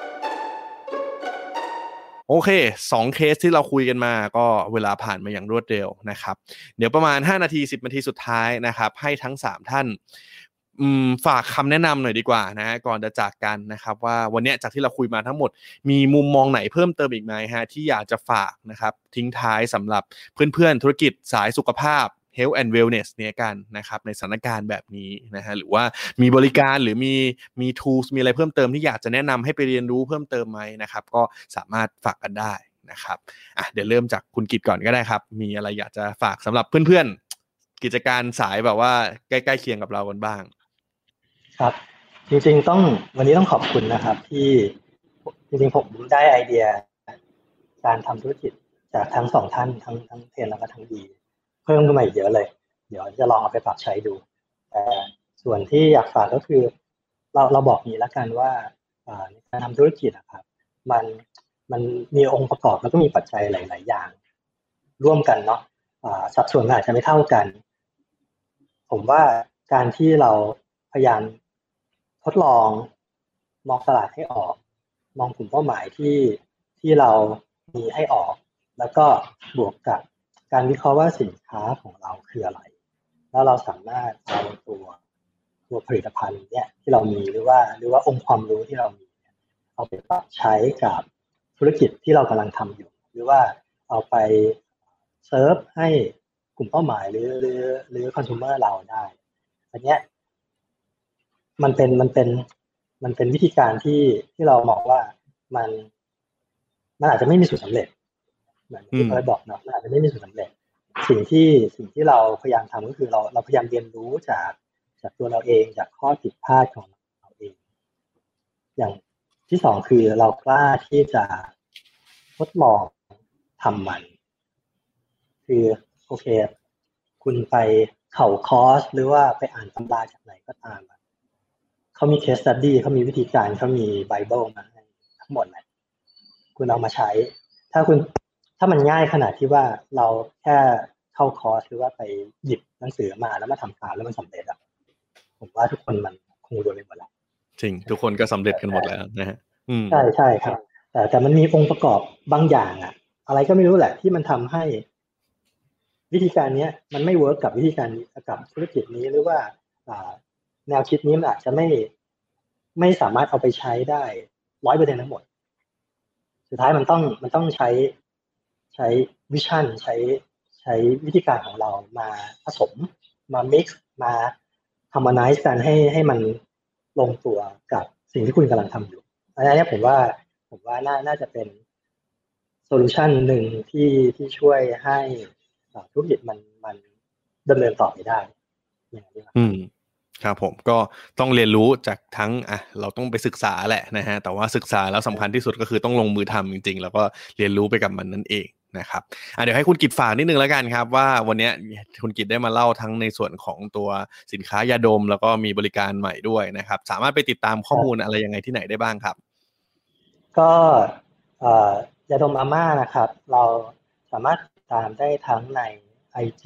โอเคสองเคสที่เราคุยกันมาก็เวลาผ่านมาอย่างรวดเร็วนะครับเดี๋ยวประมาณห้านาทีสิบนาทีสุดท้ายนะครับให้ทั้งสามท่านอืมฝากคำแนะนำหน่อยดีกว่านะก่อนจะจากกันนะครับว่าวันนี้จากที่เราคุยมาทั้งหมดมีมุมมองไหนเพิ่มเติมอีกไหมฮะที่อยากจะฝากนะครับทิ้งท้ายสำหรับเพื่อนๆธุรกิจสายสุขภาพ health and wellness เนี่ยกันนะครับในสถานการณ์แบบนี้นะฮะหรือว่ามีบริการหรือมีมี tools มีอะไรเพิ่มเติมที่อยากจะแนะนำให้ไปเรียนรู้เพิ่มเติมไหมนะครับก็สามารถฝากกันได้นะครับอ่ะเดี๋ยวเริ่มจากคุณกิตก่อนก็ได้ครับมีอะไรอยากจะฝากสำหรับเพื่อนๆกิจการสายแบบว่าใกล้ๆเคียงกับเรากันบ้างครับจริงๆต้องวันนี้ต้องขอบคุณนะครับที่จริงๆผมได้ไอเดียการทำธุรกิจจากทั้งสองท่านทั้งทั้งเทนแล้วก็ทั้งดีเพิ่มขึ้นมาอีกเยอะเลยเดี๋ยวจะลองเอาไปปรับใช้ดูแต่ส่วนที่อยากฝากก็คือเราเราบอกนี้แล้วกันว่าในการทำธุรกิจนะครับมันมันมีองค์ประกอบแล้วก็มีปัจจัยหลายๆอย่างร่วมกันเนาะสัดส่วนอาจจะไม่เท่ากันผมว่าการที่เราพยายามทดลองมองตลาดให้ออกมองกลุ่มเป้าหมายที่ที่เรามีให้ออกแล้วก็บวกกับการวิเคราะห์ว่าสินค้าของเราคืออะไรแล้วเราสามารถเอาตัวตัวผลิตภัณฑ์เนี่ยที่เรามีหรือว่าหรือว่าองค์ความรู้ที่เรามีเอาไปปรับใช้กับธุรกิจที่เรากำลังทำอยู่หรือว่าเอาไปเซิร์ฟให้กลุ่มเป้าหมายหรือหรือหรือคอน sumer เราได้อันเนี้ยมันเป็นมันเป็นมันเป็นวิธีการที่ที่เรามองว่ามันมันอาจจะไม่มีสูตรสำเร็จเหมือนที่เพิร์ทบอกเนาะมันอาจจะไม่มีสูตรสำเร็จสิ่งที่สิ่งที่เราพยายามทำก็คือเราเราพยายามเรียนรู้จากจากตัวเราเองจากข้อผิดพลาดของเราเองอย่างที่สองคือเรากล้าที่จะทดลองทำมันคือโอเคคุณไปเข่าคอร์สหรือว่าไปอ่านตำราจากไหนก็ตามเขามี case study เขามีวิธีการเขามี Bible มาให้ทั้งหมดเลยคุณเอามาใช้ถ้าคุณถ้ามันง่ายขนาดที่ว่าเราแค่เข้าคอร์สหรือว่าไปหยิบหนังสือมาแล้วมาทำตามแล้วมันสำเร็จอ่ะผมว่าทุกคนมันคงรวยไปหมดแล้วจริงทุกคนก็สำเร็จกันหมดแล้วนะฮะใช่ใช่ครับแต่แต่มันมีองค์ประกอบบางอย่างอ่ะอะไรก็ไม่รู้แหละที่มันทำให้วิธีการนี้มันไม่เวิร์กกับวิธีการกับธุรกิจนี้หรือว่าแนวคิดนี้มันอาจจะไม่ไม่สามารถเอาไปใช้ได้ ร้อยเปอร์เซ็นต์ ทั้งหมดสุดท้ายมันต้องมันต้องใช้ใช้วิชั่นใช้ใช้วิธีการของเรามาผสมมา mix มา harmonize กันให้ให้มันลงตัวกับสิ่งที่คุณกำลังทำอยู่อันนี้ผมว่าผมว่าน่าน่าจะเป็นโซลูชันหนึ่งที่ที่ช่วยให้ธุรกิจมันมันดำเนินต่อไปได้อย่างนี้ครับอืมครับผมก็ต้องเรียนรู้จากทั้งอ่ะเราต้องไปศึกษาแหละนะฮะแต่ว่าศึกษาแล้วสำคัญที่สุดก็คือต้องลงมือทำจริงๆแล้วก็เรียนรู้ไปกับมันนั่นเองนะครับอ่ะเดี๋ยวให้คุณกิตฝากนิดนึงแล้วกันครับว่าวันนี้คุณกิตได้มาเล่าทั้งในส่วนของตัวสินค้ายาดมแล้วก็มีบริการใหม่ด้วยนะครับสามารถไปติดตามข้อมูลอะไรยังไงที่ไหนได้บ้างครับก็ยาดมอาม่านะครับเราสามารถติดตามได้ทั้งใน ไอ จี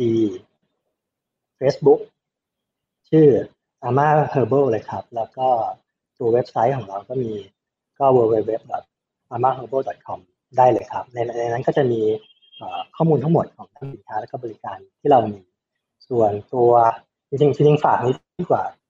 Facebook ชื่อ อาม่า Herbal เลยครับแล้วก็ตัวเว็บไซต์ของเราก็มีก็ ดับเบิลยู ดับเบิลยู ดับเบิลยู ดอท อาม่า เฮอร์เบิล ดอท คอม ได้เลยครับในในนั้นก็จะมีข้อมูลทั้งหมดของสินค้าและก็บริการที่เรามีส่วนตัวจริงๆจริงๆฝากนี้ดีกว่า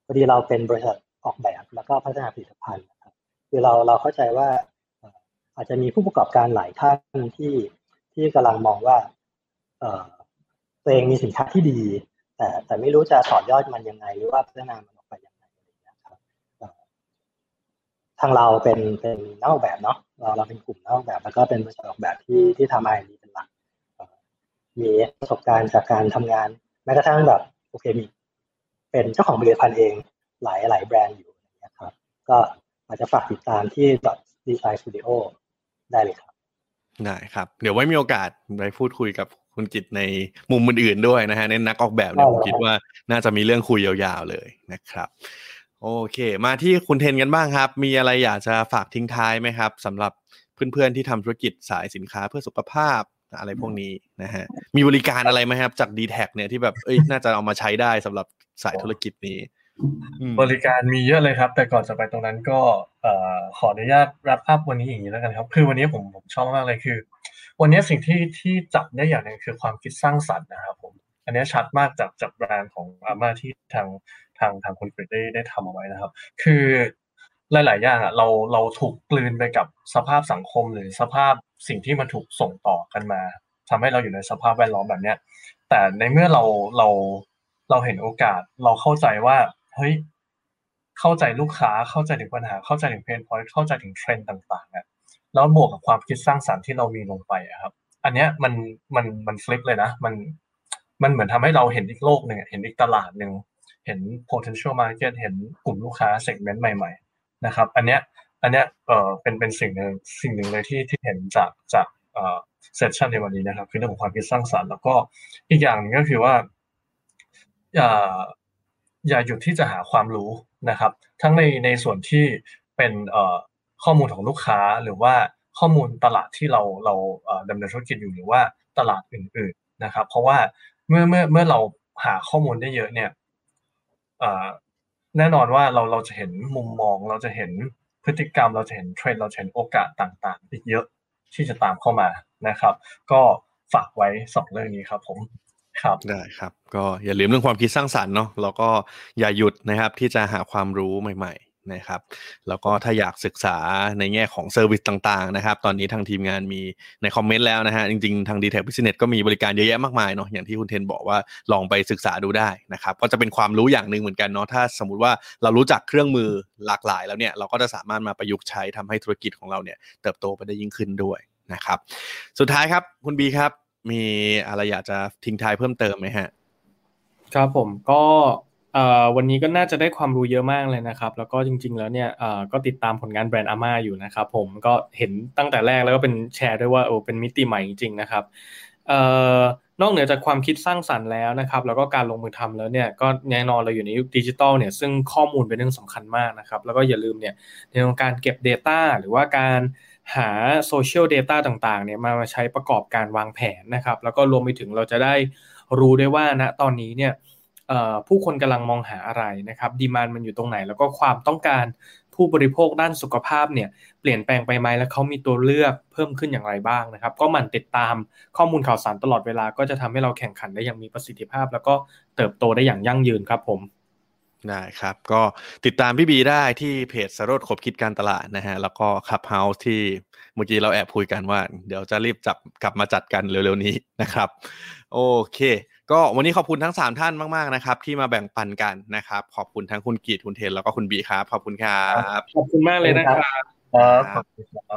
พอดีเราเป็นบริษัทออกแบบแล้วก็พัฒนาผลิตภัณฑ์นะครับคือเราเราเข้าใจว่าอาจจะมีผู้ประกอบการหลายท่านที่ที่กำลังมองว่าเอ่อตัวเองมีสินค้าที่ดีแต่แต่ไม่รู้จะต่อยอดมันยังไงหรือว่าพัฒนามันออกไปยังไงอะไรอย่างเงี้ยครับทางเราเป็นเป็นนักออกแบบเนาะเราเราเป็นกลุ่มนักออกแบบแล้วก็เป็นบริษัทออกแบบที่ที่ทำ อาร์ แอนด์ ดี เป็นหลักมีประสบการณ์จากการทำงานแม้กระทั่งแบบโอเคมีเป็นเจ้าของผลิตภัณฑ์เองหลายหลายแบรนด์อยู่นะครับก็อาจจะฝากติดตามที่ Design Studio ได้เลยครับได้ครับเดี๋ยวไว้มีโอกาสไปพูดคุยกับคุณกิตในมุมอื่นๆด้วยนะฮะในนักออกแบบเนี่ยผมคิดว่าน่าจะมีเรื่องคุยยาวๆเลยนะครับโอเคมาที่คุณเทนกันบ้างครับมีอะไรอยากจะฝากทิ้งท้ายไหมครับสำหรับเพื่อนๆที่ทำธุรกิจสายสินค้าเพื่อสุขภาพอะไรพวกนี้นะฮะมีบริการอะไรไหมครับจาก ดี แท็ก เนี่ยที่แบบเอ้ยน่าจะเอามาใช้ได้สำหรับสายธุรกิจนี้บริการมีเยอะเลยครับแต่ก่อนจะไปตรงนั้นก็เอ่อขออนุญาต wrap up วันนี้อย่างนี้แล้วกันครับคือวันนี้ผมผมชอบมากเลยคือวันนี้สิ่งที่ที่จับได้อย่างนึงคือความคิดสร้างสรรค์นะครับผมอันนี้ชัดมากจากจากแบรนด์ของอาม่าที่ทางทางทางคุณกฤษได้ได้ทำเอาไว้นะครับคือหลายๆอย่างอ่ะเราเราถูกกลืนไปกับสภาพสังคมหรือสภาพสิ่งที่มันถูกส่งต่อกันมาทำให้เราอยู่ในสภาพแวดล้อมแบบเนี้ยแต่ในเมื่อเราเราเราเห็นโอกาสเราเข้าใจว่าเฮ้ยเข้าใจลูกค้าเข้าใจถึงปัญหาเข้าใจถึงเพนพอยต์เข้าใจถึงเทรนด์ต่างๆอ่ะแล้วบวกกับความคิดสร้างสรรค์ที่เรามีลงไปอะครับอันเนี้ยมันมันมันฟลิปเลยนะมันมันเหมือนทำให้เราเห็นอีกโลกหนึ่งเห็นอีกตลาดหนึ่งเห็น potential market เห็นกลุ่มลูกค้า segment ใหม่ๆนะครับอันเนี้ยอันเนี้ยเอ่อเป็นเป็นสิ่งหนึ่งสิ่งหนึ่งเลยที่ที่เห็นจากจากเอ่อเซสชั่นในวันนี้นะครับคือเรื่องของความคิดสร้างสรรค์แล้วก็อีกอย่างนึงก็คือว่าอย่าอย่าหยุดที่จะหาความรู้นะครับทั้งในในส่วนที่เป็นเอ่อข้อมูลของลูกค้าหรือว่าข้อมูลตลาดที่เราเราเอ่อดำเนินธุรกิจอยู่หรือว่าตลาดอื่นๆนะครับเพราะว่าเมื่อเมื่อเมื่อเราหาข้อมูลได้เยอะเนี่ยเอ่อแน่นอนว่าเราเราจะเห็นมุมมองเราจะเห็นพฤติกรรมเราจะเห็นเทรนด์เราจะเห็นโอกาสต่างๆอีกเยอะที่จะตามเข้ามานะครับก็ฝากไว้สองเรื่องนี้ครับผมครับได้ครับก็อย่าลืมเรื่องความคิดสร้างสรรค์เนาะแล้วก็อย่าหยุดนะครับที่จะหาความรู้ใหม่ๆนะครับแล้วก็ถ้าอยากศึกษาในแง่ของเซอร์วิสต่างๆนะครับตอนนี้ทางทีมงานมีในคอมเมนต์แล้วนะฮะจริงๆทาง ดี แท็ก Business ก็มีบริการเยอะแยะมากมายเนาะอย่างที่คุณเทนบอกว่าลองไปศึกษาดูได้นะครับก็จะเป็นความรู้อย่างนึงเหมือนกันเนาะถ้าสมมุติว่าเรารู้จักเครื่องมือหลากหลายแล้วเนี่ยเราก็จะสามารถมาประยุกต์ใช้ทำให้ธุรกิจของเราเนี่ยเติบโตไปได้ยิ่งขึ้นด้วยนะครับสุดท้ายครับคุณบีครับมีอะไรอยากจะทิ้งท้ายเพิ่มเติมไหมฮะครับผมก็วันนี้ก็น่าจะได้ความรู้เยอะมากเลยนะครับแล้วก็จริงๆแล้วเนี่ยก็ติดตามผลงานแบรนด์อาม่าอยู่นะครับผมก็เห็นตั้งแต่แรกแล้วก็เป็นแชร์ด้วยว่าโอ้เป็นมิติใหม่จริงๆนะครับนอกเหนือจากความคิดสร้างสรรค์แล้วนะครับแล้วก็การลงมือทำแล้วเนี่ยก็แน่นอนเราอยู่ในยุคดิจิทัลเนี่ยซึ่งข้อมูลเป็นเรื่องสำคัญมากนะครับแล้วก็อย่าลืมเนี่ยในเรื่องการเก็บ data หรือว่าการหา social data ต่างๆเนี่ยมาใช้ประกอบการวางแผนนะครับแล้วก็รวมไปถึงเราจะได้รู้ได้ว่าณตอนนี้เนี่ยผู้คนกำลังมองหาอะไรนะครับดีมานด์มันอยู่ตรงไหนแล้วก็ความต้องการผู้บริโภคด้านสุขภาพเนี่ยเปลี่ยนแปลงไปไหมและเขามีตัวเลือกเพิ่มขึ้นอย่างไรบ้างนะครับก็หมั่นติดตามข้อมูลข่าวสารตลอดเวลาก็จะทำให้เราแข่งขันได้อย่างมีประสิทธิภาพแล้วก็เติบโตได้อย่างยั่งยืนครับผมได้ครับก็ติดตามพี่บีได้ที่เพจสโรจน์คบคิดการตลาดนะฮะแล้วก็คลับเฮาส์ที่เมื่อกี้เราแอบคุยกันว่าเดี๋ยวจะรีบจับกลับมาจัดกันเร็วๆนี้นะครับโอเคก็วันนี้ขอบคุณทั้งสามท่านมากๆนะครับที่มาแบ่งปันกันนะครับขอบคุณทั้งคุณกีดคุณเทนแล้วก็คุณบีครับขอบคุณครับขอบคุณมากเลยนะครับขอบคุณครับ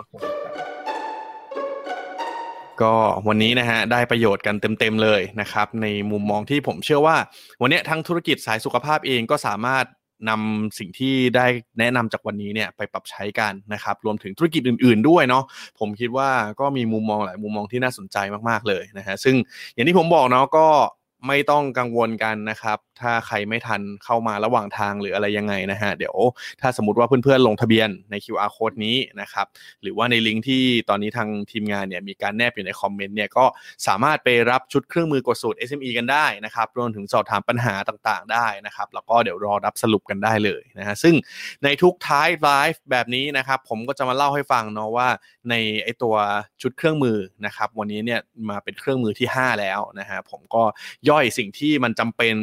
ก็วันนี้นะฮะได้ประโยชน์กันเต็มๆเลยนะครับในมุมมองที่ผมเชื่อว่าวันนี้ทั้งธุรกิจสายสุขภาพเองก็สามารถนำสิ่งที่ได้แนะนำจากวันนี้เนี่ยไปปรับใช้กันนะครับรวมถึงธุรกิจอื่นๆด้วยเนาะผมคิดว่าก็มีมุมมองหลายมุมมองที่น่าสนใจมากๆเลยนะฮะซึ่งอย่างที่ผมบอกเนาะก็ไม่ต้องกังวลกันนะครับถ้าใครไม่ทันเข้ามาระหว่างทางหรืออะไรยังไงนะฮะเดี๋ยวถ้าสมมุติว่าเพื่อนๆลงทะเบียนใน คิว อาร์ Code นี้นะครับหรือว่าในลิงก์ที่ตอนนี้ทางทีมงานเนี่ยมีการแนบอยู่ในคอมเมนต์เนี่ยก็สามารถไปรับชุดเครื่องมือกดสูตร เอส เอ็ม อี กันได้นะครับรวมถึงสอบถามปัญหาต่างๆได้นะครับแล้วก็เดี๋ยวรอรับสรุปกันได้เลยนะฮะซึ่งในทุกท้ายไลฟ์แบบนี้นะครับผมก็จะมาเล่าให้ฟังเนาะว่าในไอตัวชุดเครื่องมือนะครับวันนี้เนี่ยมาเป็นเครื่องมือที่ห้าแล้วนะฮะผมก็ย่อยสิ่งที่มันจำเป็นเป็นสิ่งที่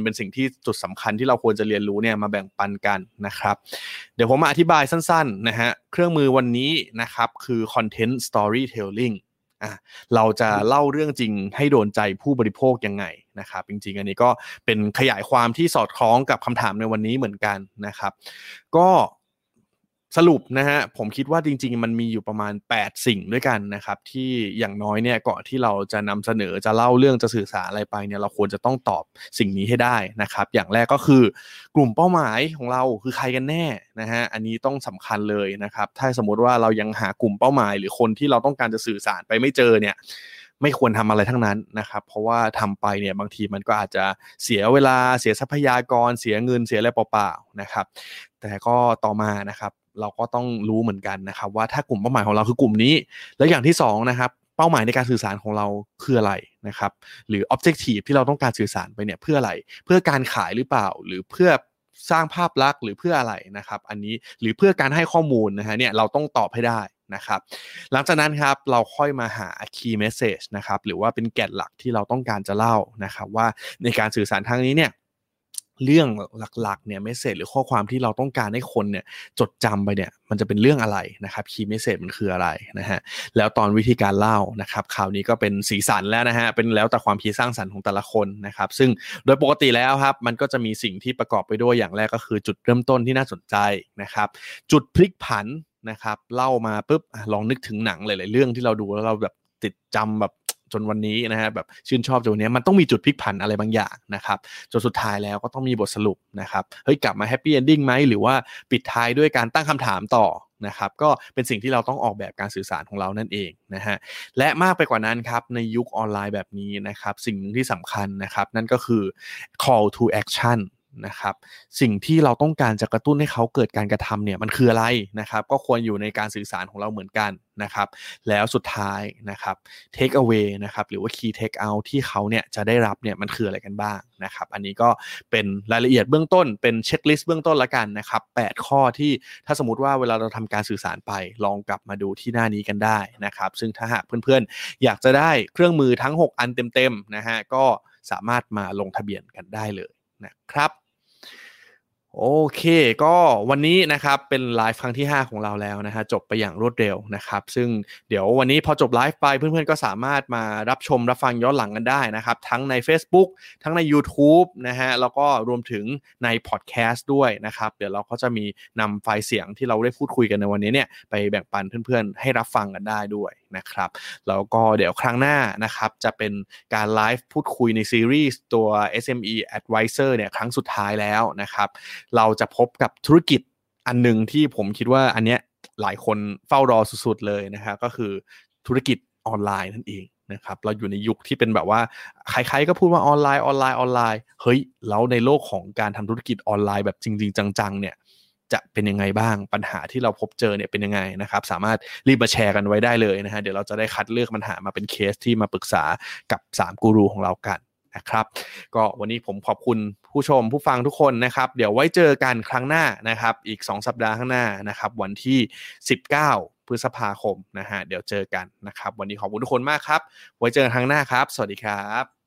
ที่จุดสำคัญที่เราควรจะเรียนรู้เนี่ยมาแบ่งปันกันนะครับเดี๋ยวผมมาอธิบายสั้นๆนะฮะเครื่องมือวันนี้นะครับคือ Content Storytellingอ่ะเราจะเล่าเรื่องจริงให้โดนใจผู้บริโภคยังไงนะครับจริงๆอันนี้ก็เป็นขยายความที่สอดคล้องกับคำถามในวันนี้เหมือนกันนะครับก็สรุปนะฮะผมคิดว่าจริงๆมันมีอยู่ประมาณแปดสิ่งด้วยกันนะครับที่อย่างน้อยเนี่ยก่อนที่เราจะนำเสนอจะเล่าเรื่องจะสื่อสารอะไรไปเนี่ยเราควรจะต้องตอบสิ่งนี้ให้ได้นะครับอย่างแรกก็คือกลุ่มเป้าหมายของเราคือใครกันแน่นะฮะอันนี้ต้องสำคัญเลยนะครับถ้าสมมติว่าเรายังหากลุ่มเป้าหมายหรือคนที่เราต้องการจะสื่อสารไปไม่เจอเนี่ยไม่ควรทำอะไรทั้งนั้นนะครับเพราะว่าทำไปเนี่ยบางทีมันก็อาจจะเสียเวลาเสียทรัพยากรเสียเงินเสียอะไรเปล่าๆนะครับแต่ก็ต่อมานะครับเราก็ต้องรู้เหมือนกันนะครับว่าถ้ากลุ่มเป้าหมายของเราคือกลุ่มนี้แล้วอย่างที่สองนะครับเป้าหมายในการสื่อสารของเราคืออะไรนะครับหรือ objective ที่เราต้องการสื่อสารไปเนี่ยเพื่ออะไรเพื่อการขายหรือเปล่าหรือเพื่อสร้างภาพลักษณ์หรือเพื่ออะไรนะครับอันนี้หรือเพื่อการให้ข้อมูลนะฮะเนี่ยเราต้องตอบให้ได้นะครับหลังจากนั้นครับเราค่อยมาหา key message นะครับหรือว่าเป็นแก่นหลักที่เราต้องการจะเล่านะครับว่าในการสื่อสารทางนี้เนี่ยเรื่องหลักๆเนี่ยเมสเสจหรือข้อความที่เราต้องการให้คนเนี่ยจดจำไปเนี่ยมันจะเป็นเรื่องอะไรนะครับคีย์เมสเสจมันคืออะไรนะฮะแล้วตอนวิธีการเล่านะครับคราวนี้ก็เป็นสีสันแล้วนะฮะเป็นแล้วแต่ความคิดสร้างสรรค์ของแต่ละคนนะครับซึ่งโดยปกติแล้วครับมันก็จะมีสิ่งที่ประกอบไปด้วยอย่างแรกก็คือจุดเริ่มต้นที่น่าสนใจนะครับจุดพลิกผันนะครับเล่ามาปุ๊บลองนึกถึงหนังหลายๆเรื่องที่เราดูแล้วเราแบบติดจำแบบจนวันนี้นะฮะแบบชื่นชอบจนวันนี้มันต้องมีจุดพลิกผันอะไรบางอย่างนะครับจนสุดท้ายแล้วก็ต้องมีบทสรุปนะครับเฮ้ยกลับมาแฮปปี้เอนดิ้งไหมหรือว่าปิดท้ายด้วยการตั้งคำถามต่อนะครับก็เป็นสิ่งที่เราต้องออกแบบการสื่อสารของเรานั่นเองนะฮะและมากไปกว่านั้นครับในยุคออนไลน์แบบนี้นะครับสิ่งนึงที่สำคัญนะครับนั่นก็คือ call to actionนะครับสิ่งที่เราต้องการจะกระตุ้นให้เขาเกิดการกระทำเนี่ยมันคืออะไรนะครับก็ควรอยู่ในการสื่อสารของเราเหมือนกันนะครับแล้วสุดท้ายนะครับ take away นะครับหรือว่า key take out ที่เขาเนี่ยจะได้รับเนี่ยมันคืออะไรกันบ้างนะครับอันนี้ก็เป็นรายละเอียดเบื้องต้นเป็นเช็คลิสต์เบื้องต้นละกันนะครับแปดข้อที่ถ้าสมมติว่าเวลาเราทำการสื่อสารไปลองกลับมาดูที่หน้านี้กันได้นะครับซึ่งถ้าหากเพื่อนๆอยากจะได้เครื่องมือทั้งหกอันเต็มๆนะฮะก็สามารถมาลงทะเบียนกันได้เลยนะครับโอเคก็วันนี้นะครับเป็นไลฟ์ครั้งที่ห้าของเราแล้วนะฮะจบไปอย่างรวดเร็วนะครับซึ่งเดี๋ยววันนี้พอจบไลฟ์ไปเพื่อนๆก็สามารถมารับชมรับฟังย้อนหลังกันได้นะครับทั้งใน Facebook ทั้งใน YouTube นะฮะแล้วก็รวมถึงในพอดแคสต์ด้วยนะครับเดี๋ยวเราก็จะมีนำไฟล์เสียงที่เราได้พูดคุยกันในวันนี้เนี่ยไปแบ่งปันเพื่อนๆให้รับฟังกันได้ด้วยนะครับแล้วก็เดี๋ยวครั้งหน้านะครับจะเป็นการไลฟ์พูดคุยในซีรีส์ตัว เอส เอ็ม อี Advisor เนี่ยครั้งสุดท้ายแล้วนะครับเราจะพบกับธุรกิจอันนึงที่ผมคิดว่าอันเนี้ยหลายคนเฝ้ารอสุดๆเลยนะครับก็คือธุรกิจออนไลน์นั่นเองนะครับเราอยู่ในยุคที่เป็นแบบว่าใครๆก็พูดว่าออนไลน์ออนไลน์ออนไลน์เฮ้ยแล้วในโลกของการทำธุรกิจออนไลน์แบบจริงๆจังๆเนี่ยจะเป็นยังไงบ้างปัญหาที่เราพบเจอเนี่ยเป็นยังไงนะครับสามารถรีบมาแชร์กันไว้ได้เลยนะฮะเดี๋ยวเราจะได้คัดเลือกปัญหามาเป็นเคสที่มาปรึกษากับสามกูรูของเรากันนะครับก็วันนี้ผมขอบคุณผู้ชมผู้ฟังทุกคนนะครับเดี๋ยวไว้เจอกันครั้งหน้านะครับอีกสองสัปดาห์ข้างหน้านะครับวันที่สิบเก้าพฤษภาคมนะฮะเดี๋ยวเจอกันนะครับวันนี้ขอบคุณทุกคนมากครับไว้เจอกันครั้งหน้าครับสวัสดีครับ